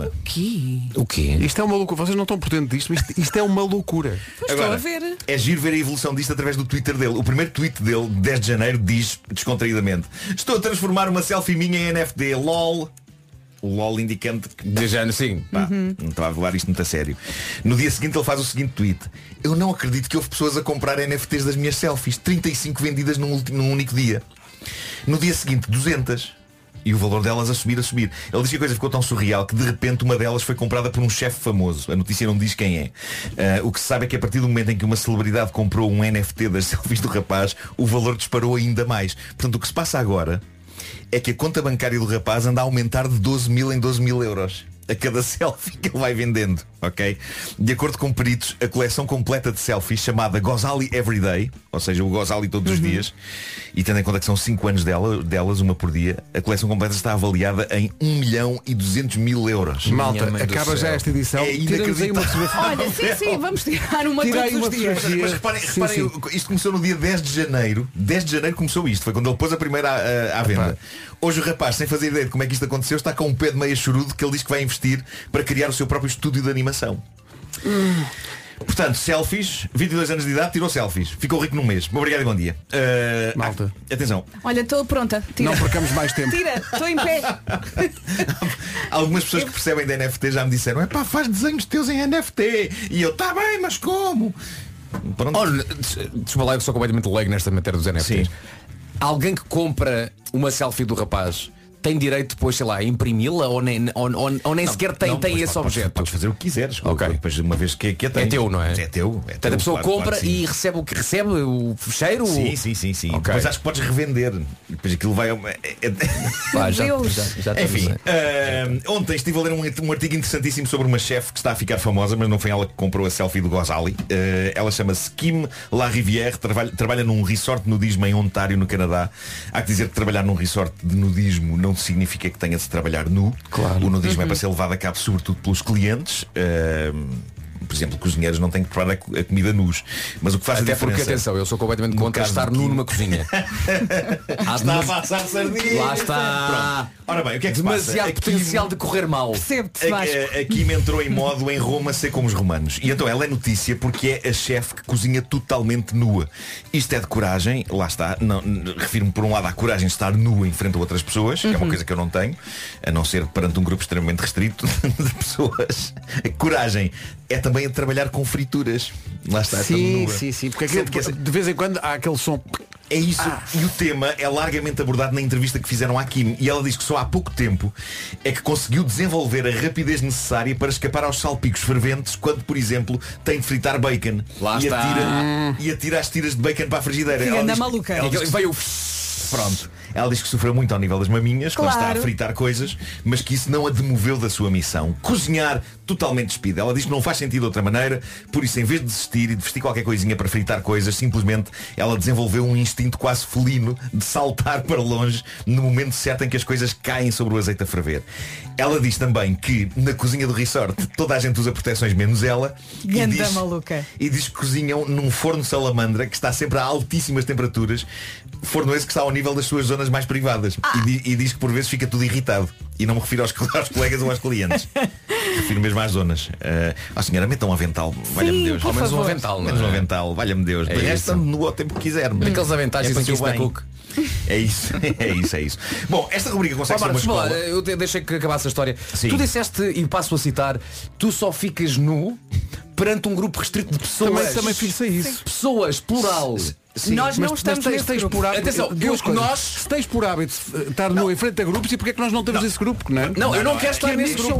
O quê? Isto é uma loucura. Vocês não estão por dentro disto, mas isto é uma loucura. Estou a ver. É giro ver a evolução disto através do Twitter dele. O primeiro tweet dele, 10 de janeiro, diz descontraídamente: estou a transformar uma selfie minha em NFT, LOL. O LOL indicando que De género, sim. pá, não estava a levar isto muito a sério. No dia seguinte ele faz o seguinte tweet: eu não acredito que houve pessoas a comprar NFTs das minhas selfies. 35 vendidas num único dia. No dia seguinte 200. E o valor delas a subir. Ele disse que a coisa ficou tão surreal que de repente uma delas foi comprada por um chefe famoso. A notícia não diz quem é. O que se sabe é que a partir do momento em que uma celebridade comprou um NFT das selfies do rapaz, o valor disparou ainda mais. Portanto, o que se passa agora é que a conta bancária do rapaz anda a aumentar de 12.000 em 12.000 € a cada selfie que ele vai vendendo, ok? De acordo com peritos, a coleção completa de selfies, chamada Ghazali Everyday, ou seja, o Ghazali todos os dias, e tendo em conta que são 5 anos delas, uma por dia, a coleção completa está avaliada em 1.200.000 €. Malta, acaba já esta edição. É Tiramos aí uma fotografia. Olha, sim, vamos tirar uma Tira aí todos uma os dias. fotografia. Mas reparem, Sim. isto começou no dia 10 de janeiro. 10 de janeiro começou isto. Foi quando ele pôs a primeira à venda. Hoje o rapaz, sem fazer ideia de como é que isto aconteceu, está com um pé de meia chorudo que ele diz que vai investir para criar o seu próprio estúdio de animação. Portanto, selfies, 22 anos de idade, tirou selfies. Ficou rico num mês. Obrigado e bom dia. Malta. Atenção. Olha, estou pronta. Tira. Não percamos mais tempo. Tira, estou em pé. Algumas pessoas que percebem de NFT já me disseram: é pá, faz desenhos teus em NFT. E eu, tá bem, mas como? Pronto. Olha, desculpa lá, eu sou completamente leigo nesta matéria dos NFTs. Sim. Alguém que compra uma selfie do rapaz tem direito depois, sei lá, a imprimi-la ou nem sequer tem esse objeto? Podes fazer o que quiseres. Ok. Depois, uma vez que é teu, não é? É teu. Portanto, a pessoa compra e recebe o que recebe, o fecheiro? Sim. Okay. Depois acho que podes revender. Depois aquilo vai... Enfim, ontem estive a ler um artigo interessantíssimo sobre uma chefe que está a ficar famosa, mas não foi ela que comprou a selfie do Gozali. Ela chama-se Kim La Rivière, trabalha num resort de nudismo em Ontário, no Canadá. Há que dizer que trabalhar num resort de nudismo não significa que tenha de se trabalhar nu. Claro. O nudismo é para ser levado a cabo sobretudo pelos clientes. Por exemplo, cozinheiros não têm que preparar a comida nus. Mas o que faz até a diferença... porque, atenção, eu sou completamente contra estar nu numa cozinha. Está a passar sardinha. Lá está. Pronto. Ora bem, o que é que se demasiado passa? potencial de correr mal. A Kim entrou em modo em Roma ser como os romanos. E então ela é notícia porque é a chefe que cozinha totalmente nua. Isto é de coragem, lá está. Refiro-me por um lado à coragem de estar nua em frente a outras pessoas, que é uma coisa que eu não tenho, a não ser perante um grupo extremamente restrito de pessoas. A coragem é também a trabalhar com frituras. Lá está. Sim. Porque de vez em quando há aquele som. É isso. E o tema é largamente abordado na entrevista que fizeram à Kim. E ela diz que só há pouco tempo é que conseguiu desenvolver a rapidez necessária para escapar aos salpicos ferventes quando, por exemplo, tem de fritar bacon. Lá E atira as tiras de bacon para a frigideira. Ela anda maluca. Veio... Pronto. Ela diz que sofreu muito ao nível das maminhas quando está a fritar coisas, mas que isso não a demoveu da sua missão. Cozinhar totalmente despida. Ela diz que não faz sentido de outra maneira, por isso em vez de desistir e de vestir qualquer coisinha para fritar coisas, simplesmente ela desenvolveu um instinto quase felino de saltar para longe no momento certo em que as coisas caem sobre o azeite a ferver. Ela diz também que na cozinha do resort toda a gente usa proteções menos ela. Ganda maluca. E diz que cozinham num forno salamandra que está sempre a altíssimas temperaturas. Forno esse que está ao nível das suas zonas mais privadas. E diz que por vezes fica tudo irritado. E não me refiro aos colegas ou aos clientes. Refiro mesmo às zonas. Senhora, metam um avental. Valha-me Deus. Ao menos um avental, não é? Menos um avental, valha-me Deus. De resto, no ao tempo que quiser. Aqueles aventais para dizem que bem. cook. É isso. Bom, esta rubrica consegue ser uma escola. Eu deixei que acabasse a história. Sim. Tu disseste, e passo a citar, tu só ficas nu perante um grupo restrito de pessoas. Também fiz isso. Pessoas, plural. Sim, nós não estamos nesse grupo. Atenção, se tens por hábito estar nu em frente a grupos, e porque é que nós não temos esse grupo, não é? Não, eu não quero estar nesse grupo.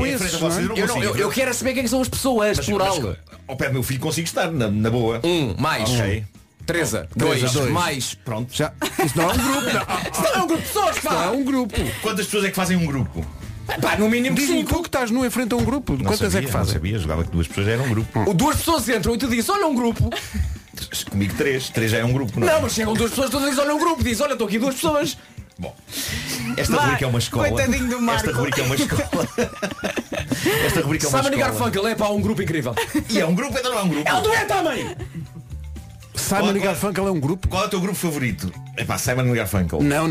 Eu quero saber quem são as pessoas, plural. Ao pé do meu filho consigo estar, na boa. Mais. Ok. Teresa, dois, mais. Pronto. Já. Isso não é um grupo. Isso não é um grupo de pessoas, pá. Não é um grupo. Quantas pessoas é que fazem um grupo? Pá, no mínimo Diz-me 5. tu que estás nu em frente a um grupo. Não Quantas sabia, é que fazem? Não sabia, jogava que 2 pessoas já era um grupo. 2 pessoas entram e tu dizes, olha um grupo. Comigo 3 já é um grupo, não é? Não, mas chegam 2 pessoas, tu dizes, olha um grupo. Diz, olha, estou aqui 2 pessoas. Bom, esta rubrica é uma escola. Coitadinho do Marco. Esta rubrica é uma escola. Esta rubrica é uma Simon escola. e Garfunkel é para um grupo incrível. E é um grupo, então não é um grupo. É um dueto também. Simon e Garfunkel é um grupo? Qual é o teu grupo favorito? É pá, Simon e Garfunkel. Não.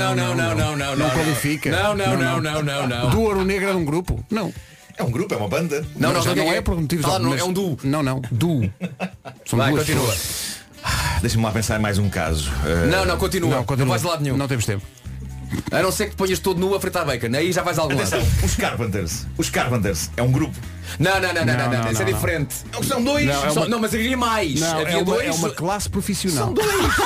Não qualifica. Não. Do Ouro Negro é um grupo? Não. É um grupo, é uma banda. Não é por motivos é um duo. Não. Duo. Vai, continua. Deixa-me lá pensar em mais um caso. Não, continua. Não vais de lado nenhum. Não temos tempo. A não ser que te ponhas todo nu a fritar bacon. Aí já vais a algum lado. Atenção, os Carpenters é um grupo. Não, isso é diferente. São 2. Não, mas havia mais. Não, havia dois. É uma classe profissional. São 2.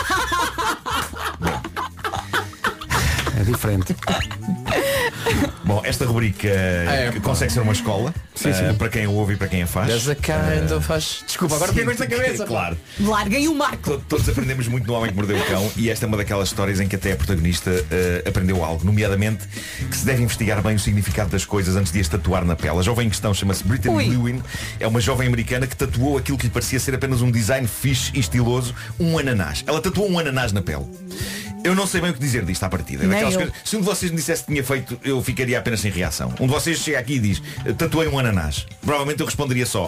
É diferente. Bom, esta rubrica consegue ser uma escola. Sim. Para quem a ouve e para quem a faz. Desculpa, agora fiquei com esta cabeça. Claro. Larguem o Marco. Todos aprendemos muito no Homem que Mordeu o Cão. E esta é uma daquelas histórias em que até a protagonista aprendeu algo. Nomeadamente que se deve investigar bem o significado das coisas antes de as tatuar na pele. A jovem em questão chama-se Brittany Lewin. É uma jovem americana que tatuou aquilo que lhe parecia ser apenas um design fixe e estiloso, um ananás. Ela tatuou um ananás na pele. Eu não sei bem o que dizer disto à partida. Se um de vocês me dissesse que tinha feito, eu ficaria apenas sem reação. Um de vocês chega aqui e diz, tatuei um ananás. Provavelmente eu responderia só,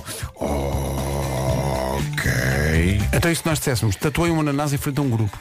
ok. Então isso nós dissessemos, tatuei um ananás em frente a um grupo.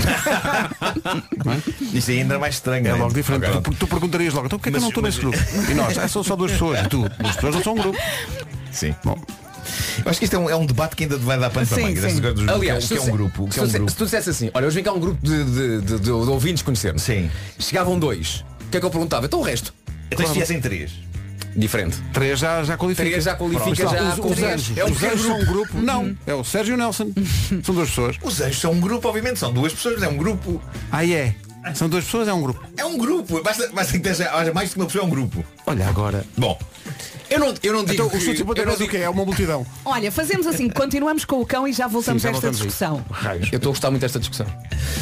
Isso aí ainda é mais estranho. É logo diferente. Okay. Tu perguntarias logo, então porquê é que eu não estou nesse grupo? E nós, são só 2 pessoas. Tu, 2 pessoas não são um grupo. Sim. Bom. Eu acho que isto é um debate que ainda vai dar pano para manga. Aliás, que é um grupo. Se tu dissesse assim, olha, hoje vem cá um grupo de ouvintes conhecer-me. Sim. Chegavam 2. O que é que eu perguntava? Então o resto. Então se viessem 3. Diferente. 3 já qualifica. 3 já qualifica. Os anjos são um grupo. Não, é o Sérgio e o Nelson. São 2 pessoas. Os anjos são um grupo, obviamente. São 2 pessoas, é um grupo. É. São 2 pessoas, é um grupo. É um grupo. Basta que haja mais que uma pessoa, é um grupo. Olha agora. Bom. Eu não digo então, o chute poderoso que é uma multidão. Olha, fazemos assim, continuamos com o cão e já voltamos a esta discussão. Eu estou a gostar muito desta discussão.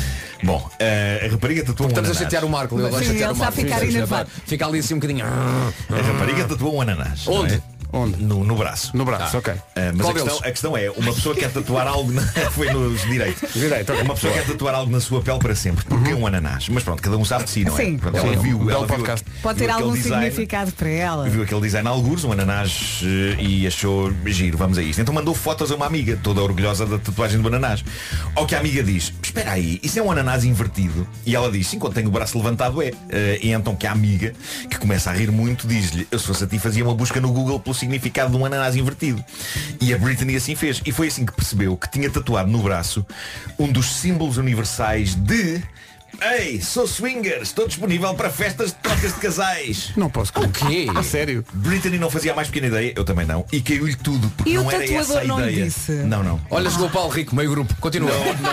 Bom, a rapariga tatuou um ananás. Estamos a chatear o Marco. Eu gosto de chatear o Marco. Ele está a ficar enervado. Fica ali assim um bocadinho. A rapariga tatuou um ananás. Onde? Onde? No braço. No braço, ok. Mas a questão é, uma pessoa quer tatuar algo foi nos direitos. Okay. Uma pessoa quer tatuar algo na sua pele para sempre. Porque é um ananás. Mas pronto, cada um sabe de si, não é? Sim. Pronto, ela viu pode ter algum design, significado para ela. viu aquele design algures, um ananás, e achou giro, vamos a isto. Então mandou fotos a uma amiga, toda orgulhosa da tatuagem do ananás. Ao que a amiga diz, espera aí, isso é um ananás invertido? E ela diz, sim, quando tem o braço levantado é. E então que a amiga, que começa a rir muito, diz-lhe, eu se fosse a ti fazia uma busca no Google pelo significado de um ananás invertido. E a Britney assim fez. E foi assim que percebeu que tinha tatuado no braço um dos símbolos universais de... Ei, sou swinger, estou disponível para festas de trocas de casais. Não posso crer. O quê? A sério? Britney não fazia a mais pequena ideia, eu também não. E caiu-lhe tudo, porque E não o era essa a tatuador não ideia. disse? Não. Olha, chegou o Paulo Rico, meio grupo. Continua.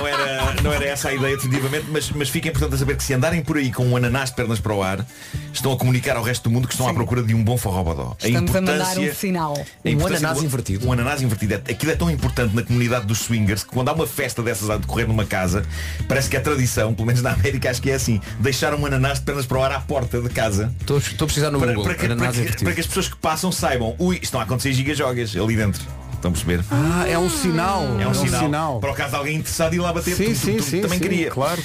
Não era essa a ideia definitivamente, mas fica importante a saber que se andarem por aí com um ananás de pernas para o ar, estão a comunicar ao resto do mundo que estão à procura de um bom forrobodó. Estamos a mandar um sinal. Um ananás invertido. Um ananás invertido. Aquilo é tão importante na comunidade dos swingers que quando há uma festa dessas a decorrer numa casa, parece que é tradição, pelo menos na América acho que é assim, deixar um ananás de pernas para o ar à porta de casa. Estou a precisar no Google. Para que as pessoas que passam saibam, ui, estão a acontecer giga-jogas ali dentro. Estão a perceber? É um sinal. É um sinal. Para o caso de alguém interessado ir lá bater, Sim, também queria. Claro.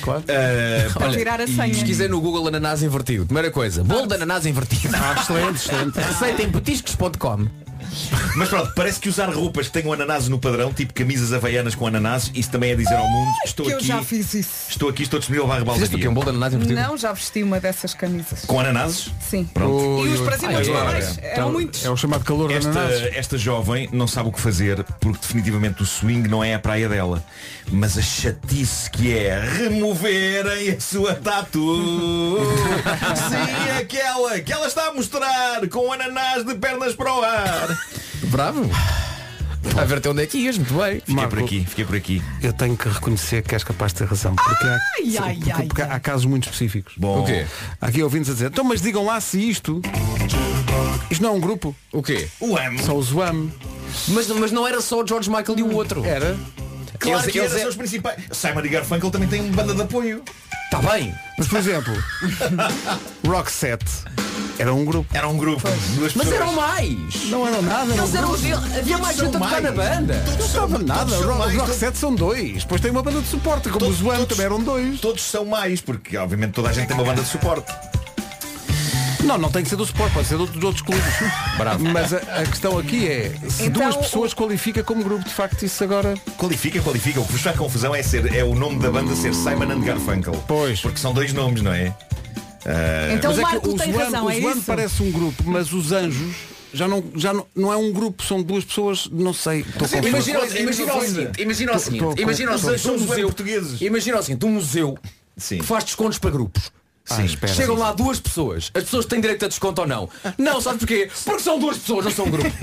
Para tirar a senha. Pesquisei no Google ananás invertido. Primeira coisa, bolo de ananás invertido. Excelente. Receita em petiscos.com. Mas pronto, parece que usar roupas que tenham ananases no padrão, tipo camisas havaianas com ananases, isso também é dizer ao mundo, estou que aqui. Eu já fiz isso. Estou disponível para Fizeste o quê? rebaldaria. Um bolo de ananás invertido? Não, já vesti uma dessas camisas. Com ananases? Sim. Pronto. E os brasileiros agora, eram muitos. É o chamado calor de ananás. Esta jovem não sabe o que fazer porque definitivamente o swing não é a praia dela. Mas a chatice que é removerem a sua tatu. Sim, aquela que ela está a mostrar com o ananás de pernas para o ar. Bravo. A ver até onde é que ias, muito bem. Fiquei por aqui. Eu tenho que reconhecer que és capaz de ter razão. Porque há casos muito específicos. Bom. O quê? Há aqui ouvintes a dizer, então mas digam lá se isto não é um grupo. O quê? O AM. São os Wham. Mas não era só o George Michael e o outro. Era. Claro que são os principais. Simon e Garfunkel também têm uma banda de apoio. Está bem. Mas por exemplo, Roxette era um grupo. Era um grupo. Duas Mas pessoas. eram mais. Não eram nada. Eles eram havia mais gente a tocar na banda. Não estava nada. Os Roxette são 2. Depois tem uma banda de suporte. Como os Wham também eram 2. Todos são mais, porque obviamente toda a gente tem uma banda de suporte. Não tem que ser do suporte, pode ser de outros clubes. Bravo. Mas a questão aqui é, se Então, duas pessoas qualifica como grupo, de facto isso agora... Qualifica. O que vos faz confusão é o nome da banda ser Simon and Garfunkel. Pois. Porque são 2 nomes, não é? Então Mas o é que Marco tem razão, é os Wham isso? parece um grupo, mas os Anjos já não é um grupo, são 2 pessoas, não sei. Imagina o seguinte. Imagina o seguinte. São os portugueses. Imagina o seguinte, um museu que faz descontos para grupos. Sim. Chegam lá 2 pessoas. As pessoas têm direito a desconto ou não? Não, sabe porquê? Porque são 2 pessoas, não são um grupo.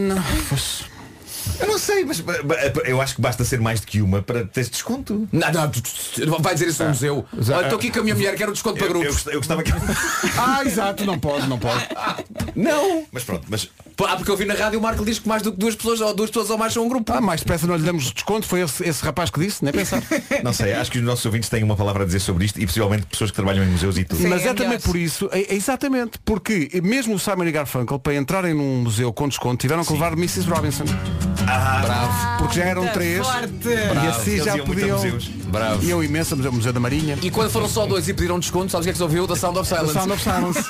Eu não sei, mas eu acho que basta ser mais do que uma para teres desconto. Não, vai dizer isso no museu. Olha, estou aqui com a minha mulher, quero desconto para grupos. Eu gostava que... Exato, não pode. Não. Mas pronto, porque eu vi na rádio o Marco diz que mais do que 2 pessoas ou 2 pessoas ou mais são um grupo. Mais depressa não lhe damos desconto, foi esse rapaz que disse, nem pensar. Não sei, acho que os nossos ouvintes têm uma palavra a dizer sobre isto e possivelmente pessoas que trabalham em museus e tudo. Sim, Mas é também melhor. por isso, exatamente, porque mesmo o Simon e Garfunkel, para entrarem num museu com desconto, tiveram que levar Mrs. Robinson. Bravo. Porque já eram 3 e assim Eles já iam muito a podiam. museus. Bravo. E eu imenso, o Museu da Marinha. E quando foram só 2 e pediram desconto, sabes o que é que se ouviu? Da Sound of Silence. The Sound of Silence.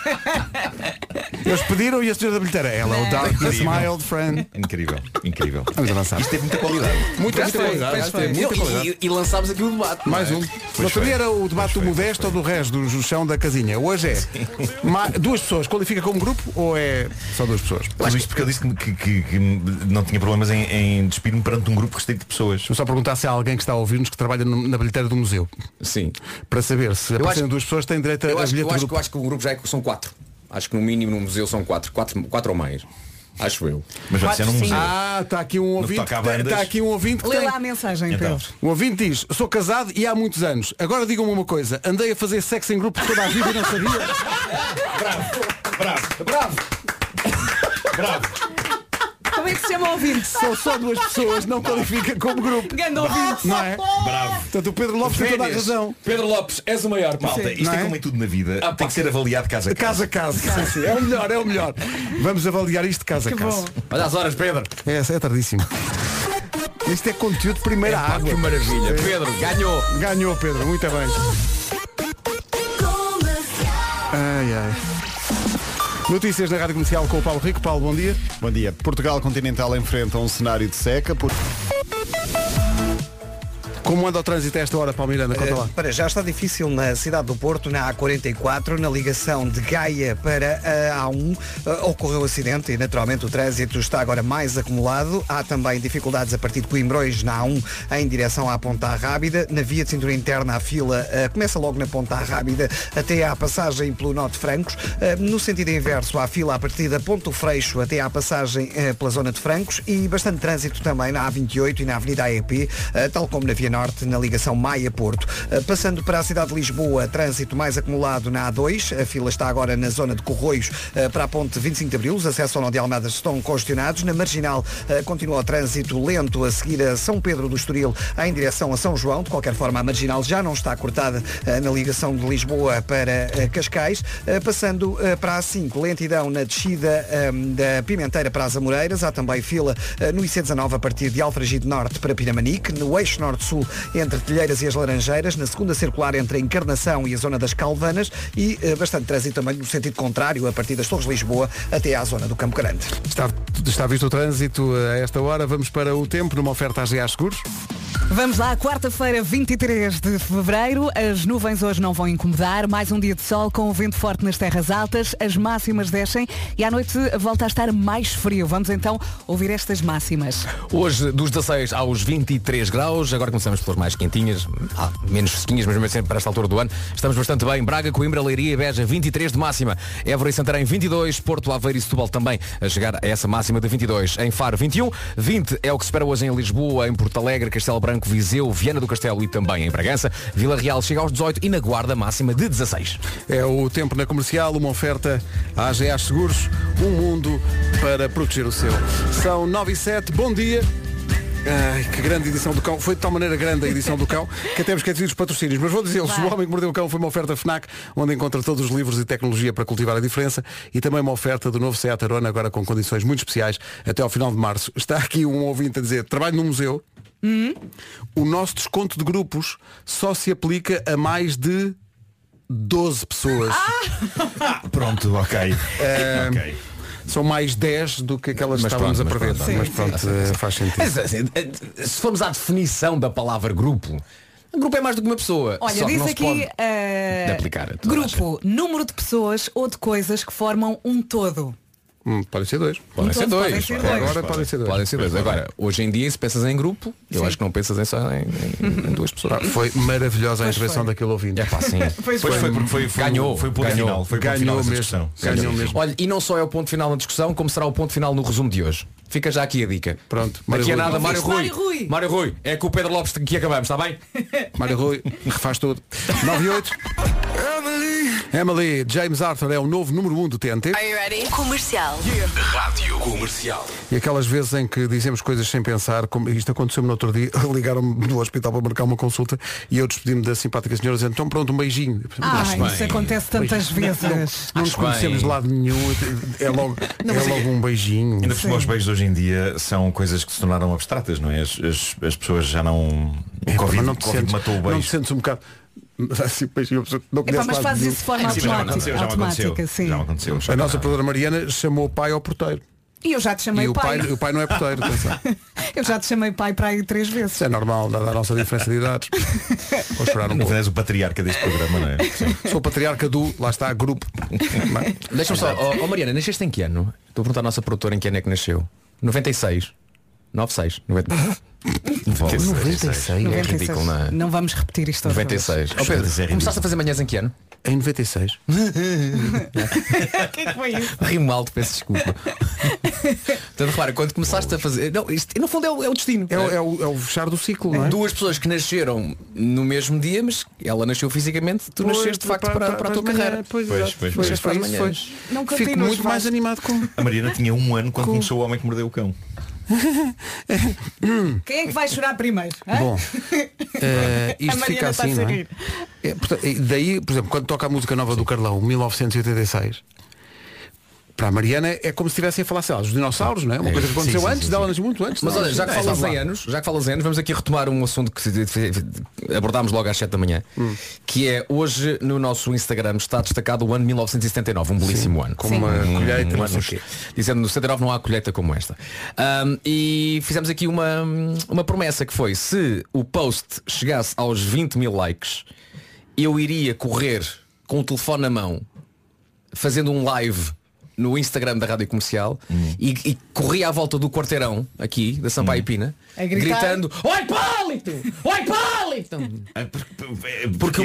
Eles pediram e a senhora da bilheteira. Hello, darkness, my old friend. Incrível. Vamos avançar. Isto teve muita qualidade. Muita qualidade. E lançámos aqui o debate. Mais um. No outro dia era o debate do Modesto ou do resto do chão da casinha. Hoje é 2 pessoas. Qualifica como grupo ou é só 2 pessoas? Tudo isto porque eu disse que não tinha problemas em despir-me perante um grupo restrito de pessoas. Deixa-me só perguntar se há alguém que está a ouvir-nos que trabalha na bilheteira do museu. Sim. Para saber se aparecendo 2 pessoas têm direito a bilhete do grupo. Eu acho que o grupo já são 4. Acho que no mínimo no museu são 4 ou mais. Acho eu. Mas vai ser num museu. Está aqui um ouvinte. Está aqui um ouvinte que Lê tem... lá a mensagem, Então. Pedro. O ouvinte diz, sou casado e há muitos anos. Agora digam-me uma coisa, andei a fazer sexo em grupo toda a vida e não sabia. Bravo. Como é que se chama o ouvinte? São só duas pessoas, não qualifica como grupo. Ganda ouvinte. Não é? Bravo. Portanto, o Pedro Lopes tem toda a razão. Pedro Lopes, és o maior, pá. Malta, isto Não é é? como em tudo na vida. Tem que ser avaliado caso a Casa caso. a casa. Sim. É o melhor, é o melhor. Vamos avaliar isto casa a Que casa. bom. Olha as horas, Pedro. É tardíssimo. Isto é conteúdo de primeira água. Que maravilha. Pedro, ganhou. Ganhou, Pedro, muito bem. Ai. Notícias na Rádio Comercial com o Paulo Rico. Paulo, bom dia. Bom dia. Portugal continental enfrenta um cenário de seca. Como anda o trânsito a esta hora, Paulo Miranda? Conta lá. Para já está difícil na cidade do Porto, na A44, na ligação de Gaia para a A1. Ocorreu acidente e naturalmente o trânsito está agora mais acumulado. Há também dificuldades a partir de Coimbrões na A1 em direção à Ponta Rábida. Na via de cintura interna a fila começa logo na Ponta Rábida até à passagem pelo Nó de Francos. No sentido inverso há fila a partir da Ponto Freixo até à passagem pela zona de Francos e bastante trânsito também na A28 e na Avenida AEP, tal como na Via Norte, na ligação Maia-Porto. Passando para a cidade de Lisboa, trânsito mais acumulado na A2. A fila está agora na zona de Corroios para a ponte 25 de Abril. Os acessos ao Nó de Almada estão congestionados. Na Marginal continua o trânsito lento a seguir a São Pedro do Estoril em direção a São João. De qualquer forma, a Marginal já não está cortada na ligação de Lisboa para Cascais. Passando para a A5, lentidão na descida da Pimenteira para as Amoreiras. Há também fila no IC19 a partir de Alfragide Norte para Pinamanique. No eixo Norte-Sul entre Telheiras e as Laranjeiras, na segunda circular entre a Encarnação e a zona das Calvanas e bastante trânsito também no sentido contrário, a partir das Torres de Lisboa até à zona do Campo Grande. Está visto o trânsito a esta hora. Vamos para o tempo numa oferta AGA Seguros. Vamos lá, quarta-feira, 23 de fevereiro. As nuvens hoje não vão incomodar. Mais um dia de sol com o vento forte nas terras altas. As máximas descem e à noite volta a estar mais frio. Vamos então ouvir estas máximas. Hoje, dos 16 aos 23 graus. Agora começamos pelas mais quentinhas. Menos fresquinhas, mas mesmo sempre para esta altura do ano. Estamos bastante bem. Braga, Coimbra, Leiria e Beja, 23 de máxima. Évora e Santarém, 22. Porto, Aveiro e Setúbal também a chegar a essa máxima de 22. Em Faro, 21. 20 é o que se espera hoje em Lisboa, em Porto Alegre, Castelo Branco, Viseu, Viana do Castelo e também em Bragança. Vila Real chega aos 18 e na Guarda máxima de 16. É o tempo na Comercial, uma oferta à AGA Seguros, um mundo para proteger o seu. São 9 e 7, bom dia. Ai, que grande edição do Cão. Foi de tal maneira grande a edição do Cão que até me esqueci dos patrocínios. Mas vou dizer-lhes, O Homem que Mordeu o Cão foi uma oferta FNAC, onde encontra todos os livros e tecnologia para cultivar a diferença, e também uma oferta do novo Seat Arona, agora com condições muito especiais até ao final de março. Está aqui um ouvinte a dizer, trabalho no museu. O nosso desconto de grupos só se aplica a mais de 12 pessoas. Pronto, ok. São mais 10 do que aquelas que Mas estávamos pronto, a prever. mas pronto. Faz sentido. Mas, assim, se formos à definição da palavra grupo, um grupo é mais do que uma pessoa. Olha, só que diz não se aqui pode de aplicar a toda a grupo, número de pessoas ou de coisas que formam um todo. Podem ser dois. Podem ser dois. Podem ser dois. Agora podem ser dois. Podem ser dois. Agora, hoje em dia, se pensas em grupo, eu acho que não pensas só em duas pessoas. Foi maravilhosa a intervenção daquele ouvinte. É pá, sim. Pois foi, porque Ganhou. foi o ponto Ganhou. final. Foi o ponto final dessa discussão. Ganhou mesmo. Olha, e não só é o ponto final na discussão, como será o ponto final no resumo de hoje. Fica já aqui a dica. Pronto. Daqui a nada, Mário Rui. Mário Rui, é com o Pedro Lopes que acabamos, está bem? Mário Rui, refaz tudo. 9 e 8. Emily, James Arthur é o novo número 1 do TNT. Are you ready? Comercial. Rádio Comercial. E aquelas vezes em que dizemos coisas sem pensar, como isto aconteceu-me no outro dia, ligaram-me do hospital para marcar uma consulta e eu despedi-me da simpática senhora dizendo, então pronto, um beijinho. Isso acontece tantas vezes. Não nos conhecemos de lado nenhum, é logo um beijinho. Ainda por cima, os beijos hoje em dia são coisas que se tornaram abstratas, não é? As pessoas já não... O Covid matou o beijo. Não te sentes um bocado... Assim, não Mas faz isso de forma automática. Sim. Já aconteceu. A nossa produtora Mariana chamou o pai ao porteiro. E eu já te chamei E pai. o pai não é porteiro, atenção. Eu já te chamei pai para aí 3 vezes. Isso é normal, dada a nossa diferença de idades. Vou chorar um Não pouco. és o patriarca deste programa, não é? Sou o patriarca do, lá está, grupo. Deixa-me só, Mariana, nasceste em que ano? Estou a perguntar à nossa produtora em que ano é que nasceu. 96. 96. 96. É ridículo, não é? Não vamos repetir isto outra vez. 96. Oh, Pedro, começaste a fazer manhãs em que ano? Em 96. O que é que foi isso? Rimo alto, peço desculpa. Portanto, repara, quando começaste a fazer. Não, isto no fundo é o destino. É o fechar do ciclo, não é? Duas pessoas que nasceram no mesmo dia, mas ela nasceu fisicamente, tu nasceste de facto para a tua carreira. Pois. Não Fico muito mais animado com. A Mariana tinha 1 ano quando começou O Homem que Mordeu o Cão. Quem é que vai chorar primeiro? Hã? Bom, A isto Mariana fica assim, está-se a não é? rir. Daí, por exemplo, quando toca a música nova do Carlão, 1986, para a Mariana é como se estivessem a falar, sei lá, dos dinossauros, não é? Uma coisa que aconteceu antes, dela nasceu muito antes. Mas olha, já que falas em anos, vamos aqui retomar um assunto que abordámos logo às 7 da manhã, que é hoje no nosso Instagram está destacado o ano 1979, um belíssimo ano. Com uma colheita, não sei o quê. Dizendo no 79 não há colheita como esta. E fizemos aqui uma promessa que foi, se o post chegasse aos 20 mil likes, eu iria correr com o telefone na mão, fazendo um live no Instagram da Rádio Comercial e corria à volta do quarteirão aqui, da Sampaio Pina, gritando: Oi Pálito! Oi Pálito! Porque o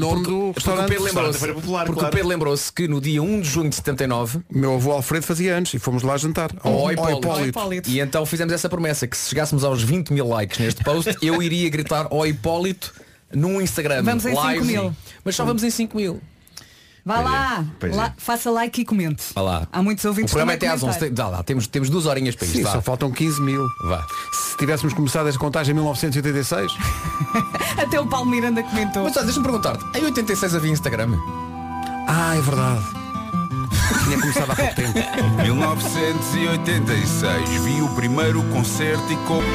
Pedro lembrou-se que no dia 1 de junho de 79 meu avô Alfredo fazia anos e fomos lá jantar. Oi Hipólito. E então fizemos essa promessa, que se chegássemos aos 20 mil likes neste post, eu iria gritar Oi Hipólito num Instagram. Vamos em live, 5 mil. Mas só vamos em 5 mil. Vá lá, faça like e comente. Vá lá. Há muitos ouvintes. O programa é até às 11. Temos 2 horinhas para isto. Sim, só faltam 15 mil. Vá. Se tivéssemos começado esta contagem em 1986. Até o Paulo Miranda comentou. Mas deixa-me perguntar-te, em 86 havia Instagram? É verdade. Tinha começado há pouco tempo. Em 1986 vi o primeiro concerto e com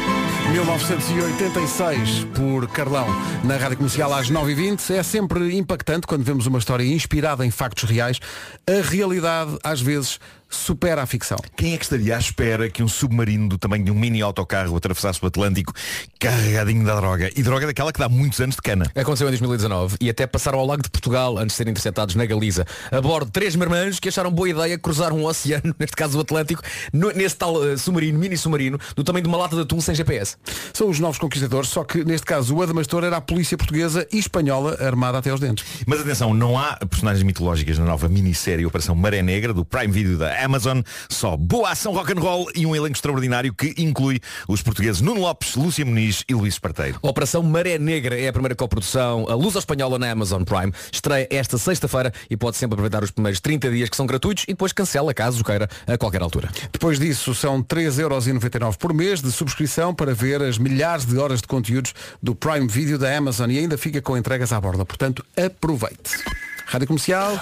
1986 por Carlão na Rádio Comercial às 9h20. É sempre impactante quando vemos uma história inspirada em factos reais. A realidade às vezes supera a ficção. Quem é que estaria à espera que um submarino do tamanho de um mini autocarro atravessasse o Atlântico carregadinho da droga? E droga daquela que dá muitos anos de cana. Aconteceu em 2019 e até passaram ao Lago de Portugal antes de serem interceptados na Galiza. A bordo 3 marmanjos que acharam boa ideia cruzar um oceano, neste caso o Atlântico, nesse tal submarino, mini submarino, do tamanho de uma lata de atum sem GPS. São os novos conquistadores, só que neste caso o Adamastor era a polícia portuguesa e espanhola armada até aos dentes. Mas atenção, não há personagens mitológicas na nova minissérie Operação Maré Negra do Prime Video da Amazon, só boa ação rock and roll e um elenco extraordinário que inclui os portugueses Nuno Lopes, Lúcia Muniz e Luís Esparteiro. Operação Maré Negra é a primeira coprodução, a luz espanhola na Amazon Prime. Estreia esta sexta-feira e pode sempre aproveitar os primeiros 30 dias que são gratuitos e depois cancela caso queira a qualquer altura. Depois disso são 3,99€ por mês de subscrição para ver as milhares de horas de conteúdos do Prime Video da Amazon e ainda fica com entregas à borda. Portanto, aproveite. Rádio Comercial.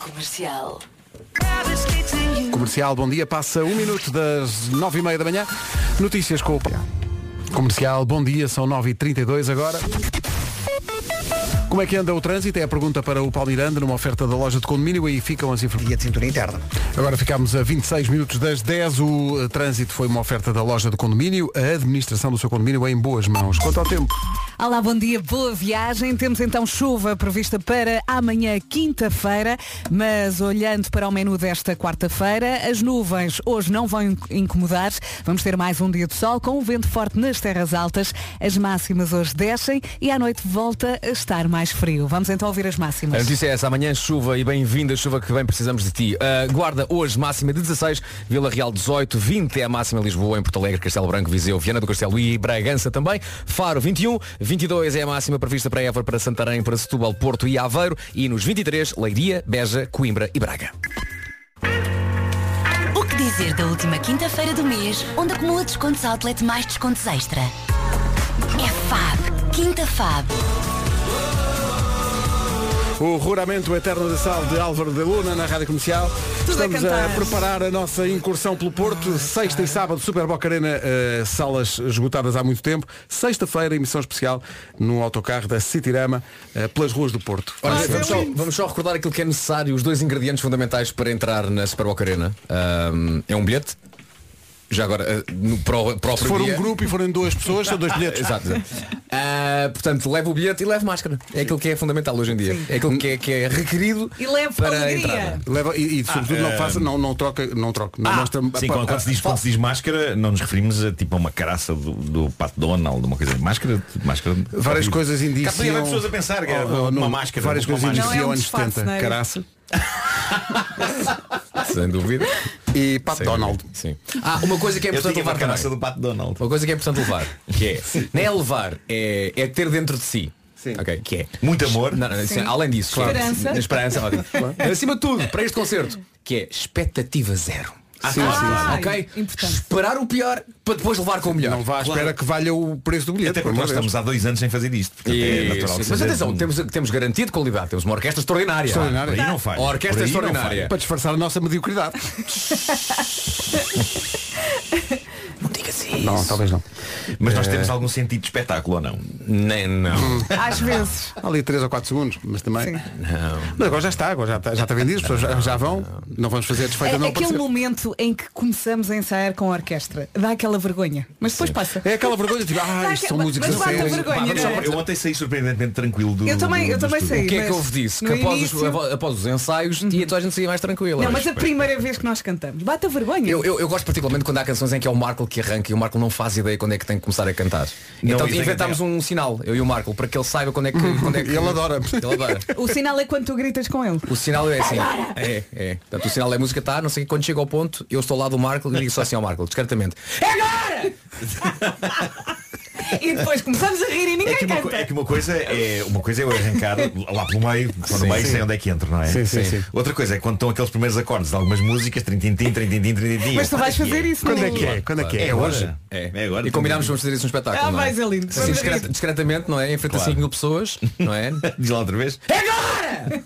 Comercial, bom dia. Passa 1 minuto das 9h30 da manhã. Notícias com o Comercial, bom dia. São 9h32 agora. Como é que anda o trânsito? É a pergunta para o Paulo Miranda numa oferta da loja de condomínio e ficam as informações. E a de cintura interna. Agora ficámos a 26 minutos das 10. O trânsito foi uma oferta da loja de condomínio. A administração do seu condomínio é em boas mãos. Quanto ao tempo. Olá, bom dia, boa viagem. Temos então chuva prevista para amanhã, quinta-feira, mas olhando para o menu desta quarta-feira, as nuvens hoje não vão incomodar. Vamos ter mais um dia de sol com o vento forte nas terras altas. As máximas hoje descem e à noite volta a estar mais frio. Vamos então ouvir as máximas. A notícia é essa, amanhã chuva e bem-vinda, chuva que bem precisamos de ti. Guarda hoje máxima de 16, Vila Real 18, 20 é a máxima Lisboa, em Porto Alegre, Castelo Branco, Viseu, Viana do Castelo e Bragança também. Faro 21, 22 é a máxima prevista para Évora, para Santarém, para Setúbal, Porto e Aveiro e nos 23, Leiria, Beja, Coimbra e Braga. O que dizer da última quinta-feira do mês, onde acumula descontos outlet mais descontos extra? É FAB, Quinta FAB. O Ruramento Eterno de Sal de Álvaro de Luna na Rádio Comercial. Estamos a preparar a nossa incursão pelo Porto. Sexta e sábado, Super Boca Arena, salas esgotadas há muito tempo. Sexta-feira, emissão especial no autocarro da Citirama pelas ruas do Porto. Ora, vamos só recordar aquilo que é necessário, os 2 ingredientes fundamentais para entrar na Super Boca Arena. É um bilhete. Já agora, para o se for um grupo e forem 2 pessoas, são 2 bilhetes. Exato. Portanto, leve o bilhete e leve máscara. É aquilo que é fundamental hoje em dia. Sim. É aquilo que é requerido e leve para entrar. Leva, e sobretudo não faça, não troca. Não mostra, sim, quando se diz máscara, não nos referimos a tipo a uma caraça do Pato Donald, uma coisa de máscara. Várias coisas indiciam. Cá várias pessoas a pensar que é uma máscara. Várias coisas indiciam anos 70. É? Caraça. Sem dúvida. E Pat Donald. Sim. Uma coisa que é importante levar também. Do Pat Donald. Uma coisa que é importante levar, que é, não é levar, é ter dentro de si. Okay, que é muito amor. Não, além disso, claro. Esperança, ótimo. Acima de tudo, para este concerto, que é expectativa zero. Sim. Ok? Importante. Esperar o pior para depois levar com o melhor. Não vá à espera que valha o preço do bilhete. Até porque nós estamos há 2 anos sem fazer isto. Portanto, é natural. Mas atenção, temos garantia de qualidade. Temos uma orquestra extraordinária. Aí não falha. A orquestra extraordinária. Para disfarçar a nossa mediocridade. Não digas isso. Não, talvez não. Mas nós temos algum sentido de espetáculo ou não? Nem não. Às vezes. Ali 3 ou 4 segundos, mas também. Sim. Não. Mas agora já está vendido, as pessoas já vão. Não vamos fazer a desfeita não Aquele momento em que começamos a ensaiar com a orquestra dá aquela vergonha, mas depois passa. É aquela vergonha tipo, isto são músicas mas a bate a sério. vergonha, não é? Eu ontem saí surpreendentemente tranquilo do. Eu também saí. O que é que houve disso? Que após os ensaios toda a gente saía mais tranquila. Não, mas a primeira vez que nós cantamos bate a vergonha. Eu gosto particularmente quando há canções em que é o Marco que arranca e o Marco não faz ideia quando é que tem que começar a cantar. Então inventámos um sinal, eu e o Marco, para que ele saiba quando é que Ele adora. Ele adora. O sinal é quando tu gritas com ele. O sinal é assim. É. Portanto, o sinal é a música tá, não sei, quando chega ao ponto, eu estou ao lado do Marco e digo só assim ao Marco, discretamente. É agora! E depois começamos a rir e ninguém canta. É que uma coisa é eu arrancar lá pelo meio, só no meio, sei onde é que entro, não é? Sim. Outra coisa é quando estão aqueles primeiros acordes de algumas músicas, trintintim. Mas tu vais fazer isso, Quando não é que é? Quando é que é? É hoje. É agora. E combinámos vamos fazer isso num espetáculo. Não é? Vai ser lindo. Assim, discretamente, não é? Em frente a 5 mil pessoas, não é? Diz lá outra vez. É agora!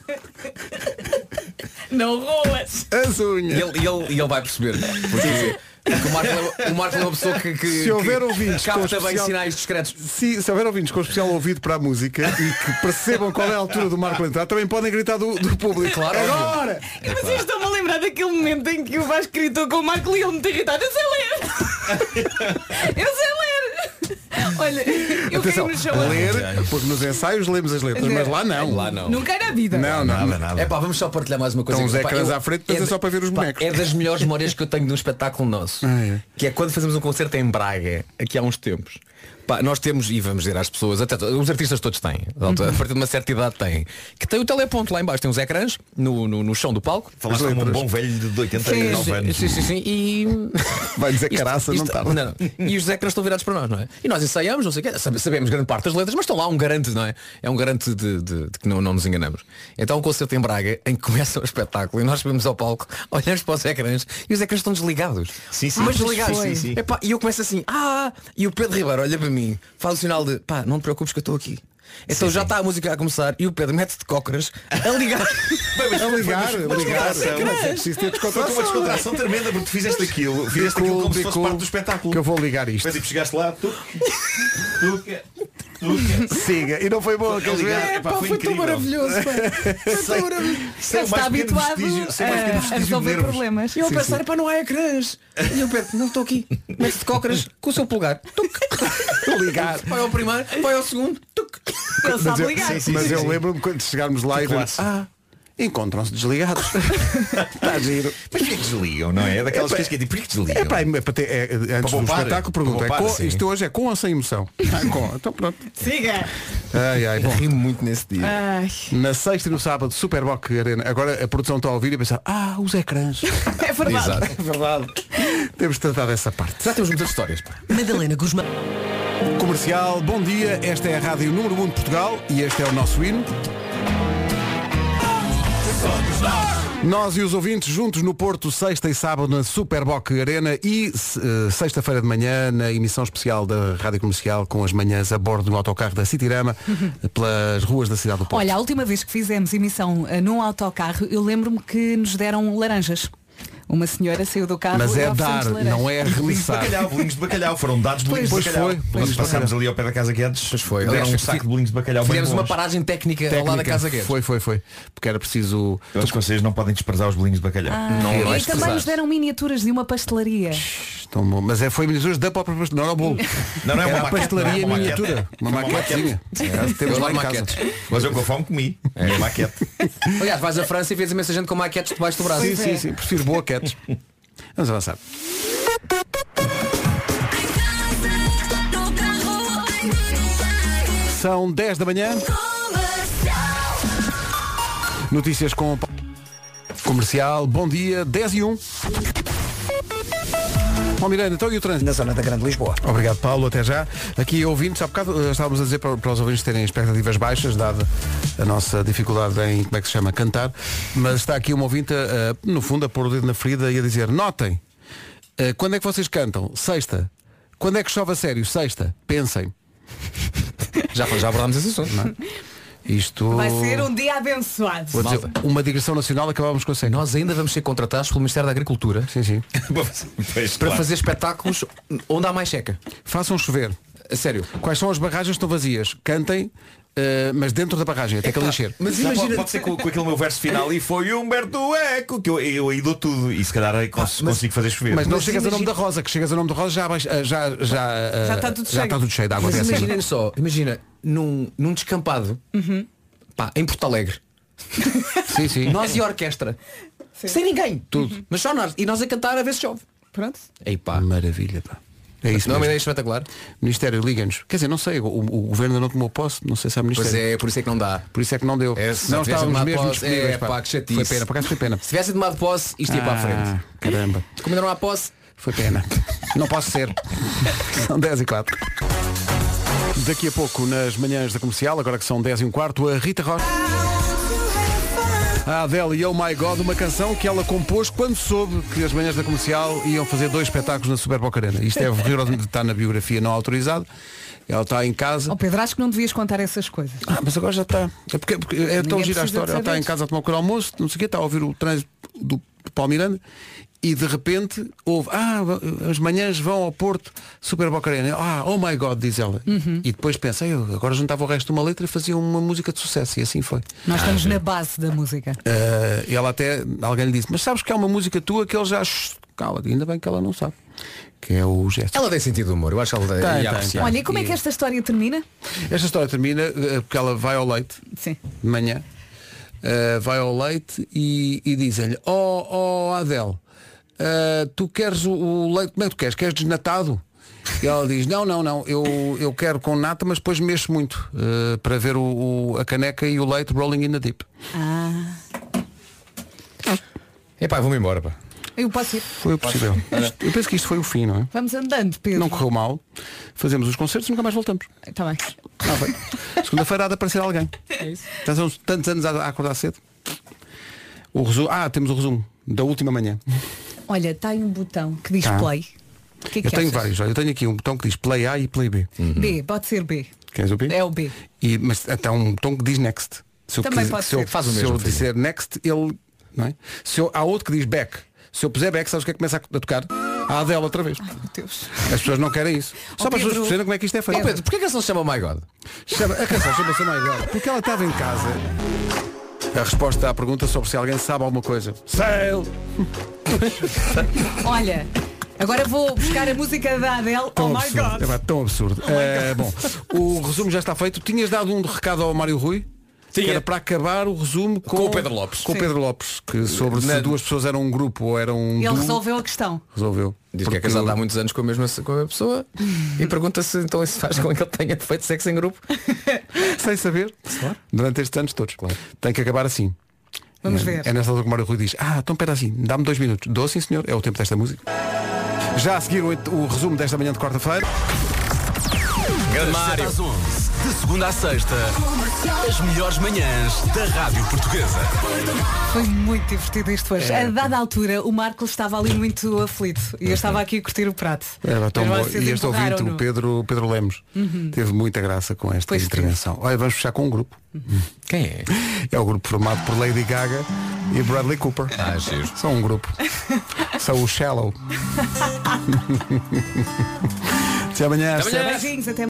Não rolas. As unhas. E ele vai perceber. Porque o Marco é uma pessoa que se houver ouvintes capta bem sinais discretos. Se houver ouvintes com especial ouvido para a música e que percebam qual é a altura do Marco entrar, também podem gritar do público. Claro, agora! Mas eu estou-me a lembrar daquele momento em que o Vasco gritou com o Marco e ele me irritado. Eu sei ler! Eu sei ler! Olha, eu Atenção, caí no chão. ler, porque nos ensaios lemos as letras, mas lá não. Lá não. Nunca na vida. Não. Nada. É pá, vamos só partilhar mais uma coisa. Estão os ecrãs à frente, mas é só para ver os bonecos. É das melhores memórias que eu tenho de um espetáculo nosso. Que é quando fazemos um concerto em Braga, aqui há uns tempos. Pá, nós temos, e vamos dizer às pessoas, até os artistas todos têm, a partir de uma certa idade têm, que tem o teleponto lá em baixo, tem os ecrãs no chão do palco. Falaste como um bom velho de 89 anos. Sim. E vai dizer caraça, não está. Não. E os ecrãs estão virados para nós, não é? E nós ensaiamos, não sei o quê, sabemos grande parte das letras, mas estão lá um garante, não é? É um garante de que não nos enganamos. Então um concerto em Braga, em que começa o espetáculo e nós subimos ao palco, olhamos para os ecrãs e os ecrãs estão desligados. Sim. Mas desligados. Sim. Epá, e eu começo assim, e o Pedro Ribeiro olha para mim, faz o sinal de, pá, não te preocupes que eu estou aqui. Então já está a música a começar e o Pedro mete-se de cócoras a ligar. A ligar. Mas é preciso ter descontração. Foi uma descontração tremenda porque tu fizeste aquilo como se fosse parte do espetáculo. Que eu vou ligar isto. Mas tipo, chegaste lá, tu siga. E não foi bom aquele foi tão maravilhoso. Ele está habituado a resolver problemas. E eu a pensar, pá, não há ecrãs. E o Pedro, não estou aqui. Mete-se de cócoras com o seu polegar. Ligar. Vai ao primeiro, vai ao segundo. Ele sabe ligar. Mas eu lembro-me quando chegarmos lá e vemos, encontram-se desligados. Está giro. Mas porquê que desligam, não é? É daquelas coisas que é tipo, porquê que desligam? Antes do espetáculo pergunta, isto hoje é com ou sem emoção? Com. Então pronto. Siga. Bom. Rimo muito nesse dia. Na sexta e no sábado, Superboc Arena. Agora a produção está a ouvir e a pensar, os ecrãs. É verdade. Exato. É verdade. Temos de tratar dessa parte. Já temos muitas histórias. Madalena Guzmão. Comercial, bom dia. Esta é a Rádio Número 1 de Portugal e este é o nosso hino. Nós e os ouvintes juntos no Porto, sexta e sábado na Superboc Arena e sexta-feira de manhã na emissão especial da Rádio Comercial com as manhãs a bordo do autocarro da Citirama pelas ruas da cidade do Porto. Olha, a última vez que fizemos emissão num autocarro, eu lembro-me que nos deram laranjas. Uma senhora saiu do carro. Mas é dar, não é arremessar. Bolinhos de bacalhau, foram dados bolinhos de bacalhau. Nós passámos ali ao pé da Casa Guedes. Pois foi. Aliás, um saco de bolinhos de bacalhau. Fizemos uma paragem técnica ao lado da Casa Guedes. Foi. Porque era preciso. Eu acho que vocês não podem desprezar os bolinhos de bacalhau. E também nos deram miniaturas de uma pastelaria. Mas foi miniaturas da própria pastelaria. Não era o bolo. Não é uma maquete, pastelaria miniatura. Uma maquetezinha. Temos lá em casa. Mas eu com fome comi. É maquete. Aliás, vais à França e vês imensa gente com maquetes debaixo do braço. Sim. Prefiro boaquetes. Vamos avançar. São 10 da manhã. Notícias com Comercial, bom dia, 10:01. Bom, Miranda, então e o trânsito? Na zona da Grande Lisboa. Obrigado, Paulo, até já. Aqui ouvintes, há bocado estávamos a dizer para os ouvintes terem expectativas baixas, dada a nossa dificuldade em, como é que se chama, cantar, mas está aqui uma ouvinte, no fundo, a pôr o dedo na ferida e a dizer, notem, quando é que vocês cantam? Sexta. Quando é que chove a sério? Sexta. Pensem. Já abordámos esse assunto, não é? Isto... Vai ser um dia abençoado. Vou dizer, uma digressão nacional acabámos com a seca. Nós ainda vamos ser contratados pelo Ministério da Agricultura. Sim. Para fazer espetáculos onde há mais seca. Façam chover. A sério. Quais são as barragens que estão vazias? Cantem, mas dentro da barragem, até que ela encher. Mas imagina... pode ser com aquele meu verso final e foi Humberto Eco, que eu aí dou tudo e se calhar aí consigo fazer chover. Mas não chegas ao nome da Rosa, que chegas ao nome da Rosa já está tudo cheio de água. Mas imaginem só, num descampado, em Porto Alegre. Sim. Nós e a orquestra. Sem ninguém. Tudo. Mas só nós. E nós a cantar a ver se chove. Pronto. Ei pá. Maravilha, pá. É isso. Não é uma ideia espetacular? Ministério, liga-nos. Quer dizer, não sei, o governo ainda não tomou posse, não sei se há Ministério. Pois é, por isso é que não dá. Por isso é que não deu. Não estávamos mesmo disponíveis. Pá, que chatice. Foi pena, por acaso foi pena. Se tivessem tomado posse, isto ia para a frente. Caramba. Como ainda não há posse, foi pena. Não posso ser. São 10:04. Daqui a pouco, nas manhãs da Comercial, agora que são 10:15, a Rita Rocha. A Adele e Oh My God, uma canção que ela compôs quando soube que as manhãs da Comercial iam fazer 2 espetáculos na Super Boca Arena. Isto é rigorosamente, está na biografia não autorizado. Ela está em casa. Pedro, acho que não devias contar essas coisas. Mas agora já está. Porque é tão gira a história. Ela está em casa a tomar o almoço, não sei o quê, está a ouvir o trânsito do Paulo Miranda. E de repente houve, as manhãs vão ao Porto, Super Boca Arena. Oh my God, diz ela. E depois pensa, eu agora juntava o resto de uma letra e fazia uma música de sucesso. E assim foi. Nós estamos na base da música. E ela até, alguém lhe disse, mas sabes que há uma música tua que ele já... Cala, ainda bem que ela não sabe. Que é o gesto. Ela tem sentido de humor, eu acho que ela ia apreciar. Olha, e como é que esta história termina? Esta história termina porque ela vai ao leite. Sim. De manhã. Vai ao leite e dizem-lhe, Adele, tu queres o leite, como é que tu queres? Queres desnatado? E ela diz, não, eu quero com nata, mas depois mexo muito para ver a caneca e o leite rolling in the deep. Epá, vou-me embora, pá. Eu posso ir. Foi o possível. Eu penso que isto foi o fim, não é? Vamos andando, Pedro. Não correu mal. Fazemos os concertos e nunca mais voltamos. Está bem. Segunda-feira há de aparecer alguém. É isso. Já são tantos anos a acordar cedo. O resumo. Temos o resumo da última manhã. Olha, está aí um botão que diz play. Que eu tenho vários. Eu tenho aqui um botão que diz play A e play B. B, pode ser B. Queres o B? É o B. Mas até um botão que diz next. Também pode ser. Faz o se mesmo. eu disser next, ele... Não é? Há outro que diz back. Se eu puser back, sabes o que é que começa a tocar? A Adele outra vez. Ai, meu Deus. As pessoas não querem isso. Só para as pessoas perceberem como é que isto é feito. Pedro, porquê que a canção se chama My God? A canção chama-se My God. Porque ela estava em casa. A resposta à pergunta sobre se alguém sabe alguma coisa. Sail! Olha, agora vou buscar a música da Adele. Tão My absurdo. God. Tão absurdo. Bom, o resumo já está feito. Tinhas dado um recado ao Mário Rui? Sim, que era para acabar o resumo com o Pedro Lopes. Com o Pedro Lopes, que sobre se duas pessoas eram um grupo ou eram um Ele duo, resolveu a questão. Resolveu. Diz que é casado há muitos anos com a mesma pessoa e pergunta se então isso faz com que ele tenha feito sexo em grupo. Sem saber. Claro. Durante estes anos todos. Claro. Tem que acabar assim. Vamos ver. É nessa altura que o Mário Rui diz, então espera assim, dá-me 2 minutos. Dou sim senhor, é o tempo desta música. Já a seguir o resumo desta manhã de quarta-feira. Das 7 às 11, de segunda à sexta, as melhores manhãs da Rádio Portuguesa. Foi muito divertido isto hoje. A dada altura, o Marco estava ali muito aflito e eu estava aqui a curtir o prato. Tão bom. E este ouvinte, o Pedro Lemos, teve muita graça com esta intervenção. Olha, vamos fechar com um grupo. Quem é? É o grupo formado por Lady Gaga e Bradley Cooper. Giro. São um grupo. São o Shallow. Até amanhã. Beijinhos, até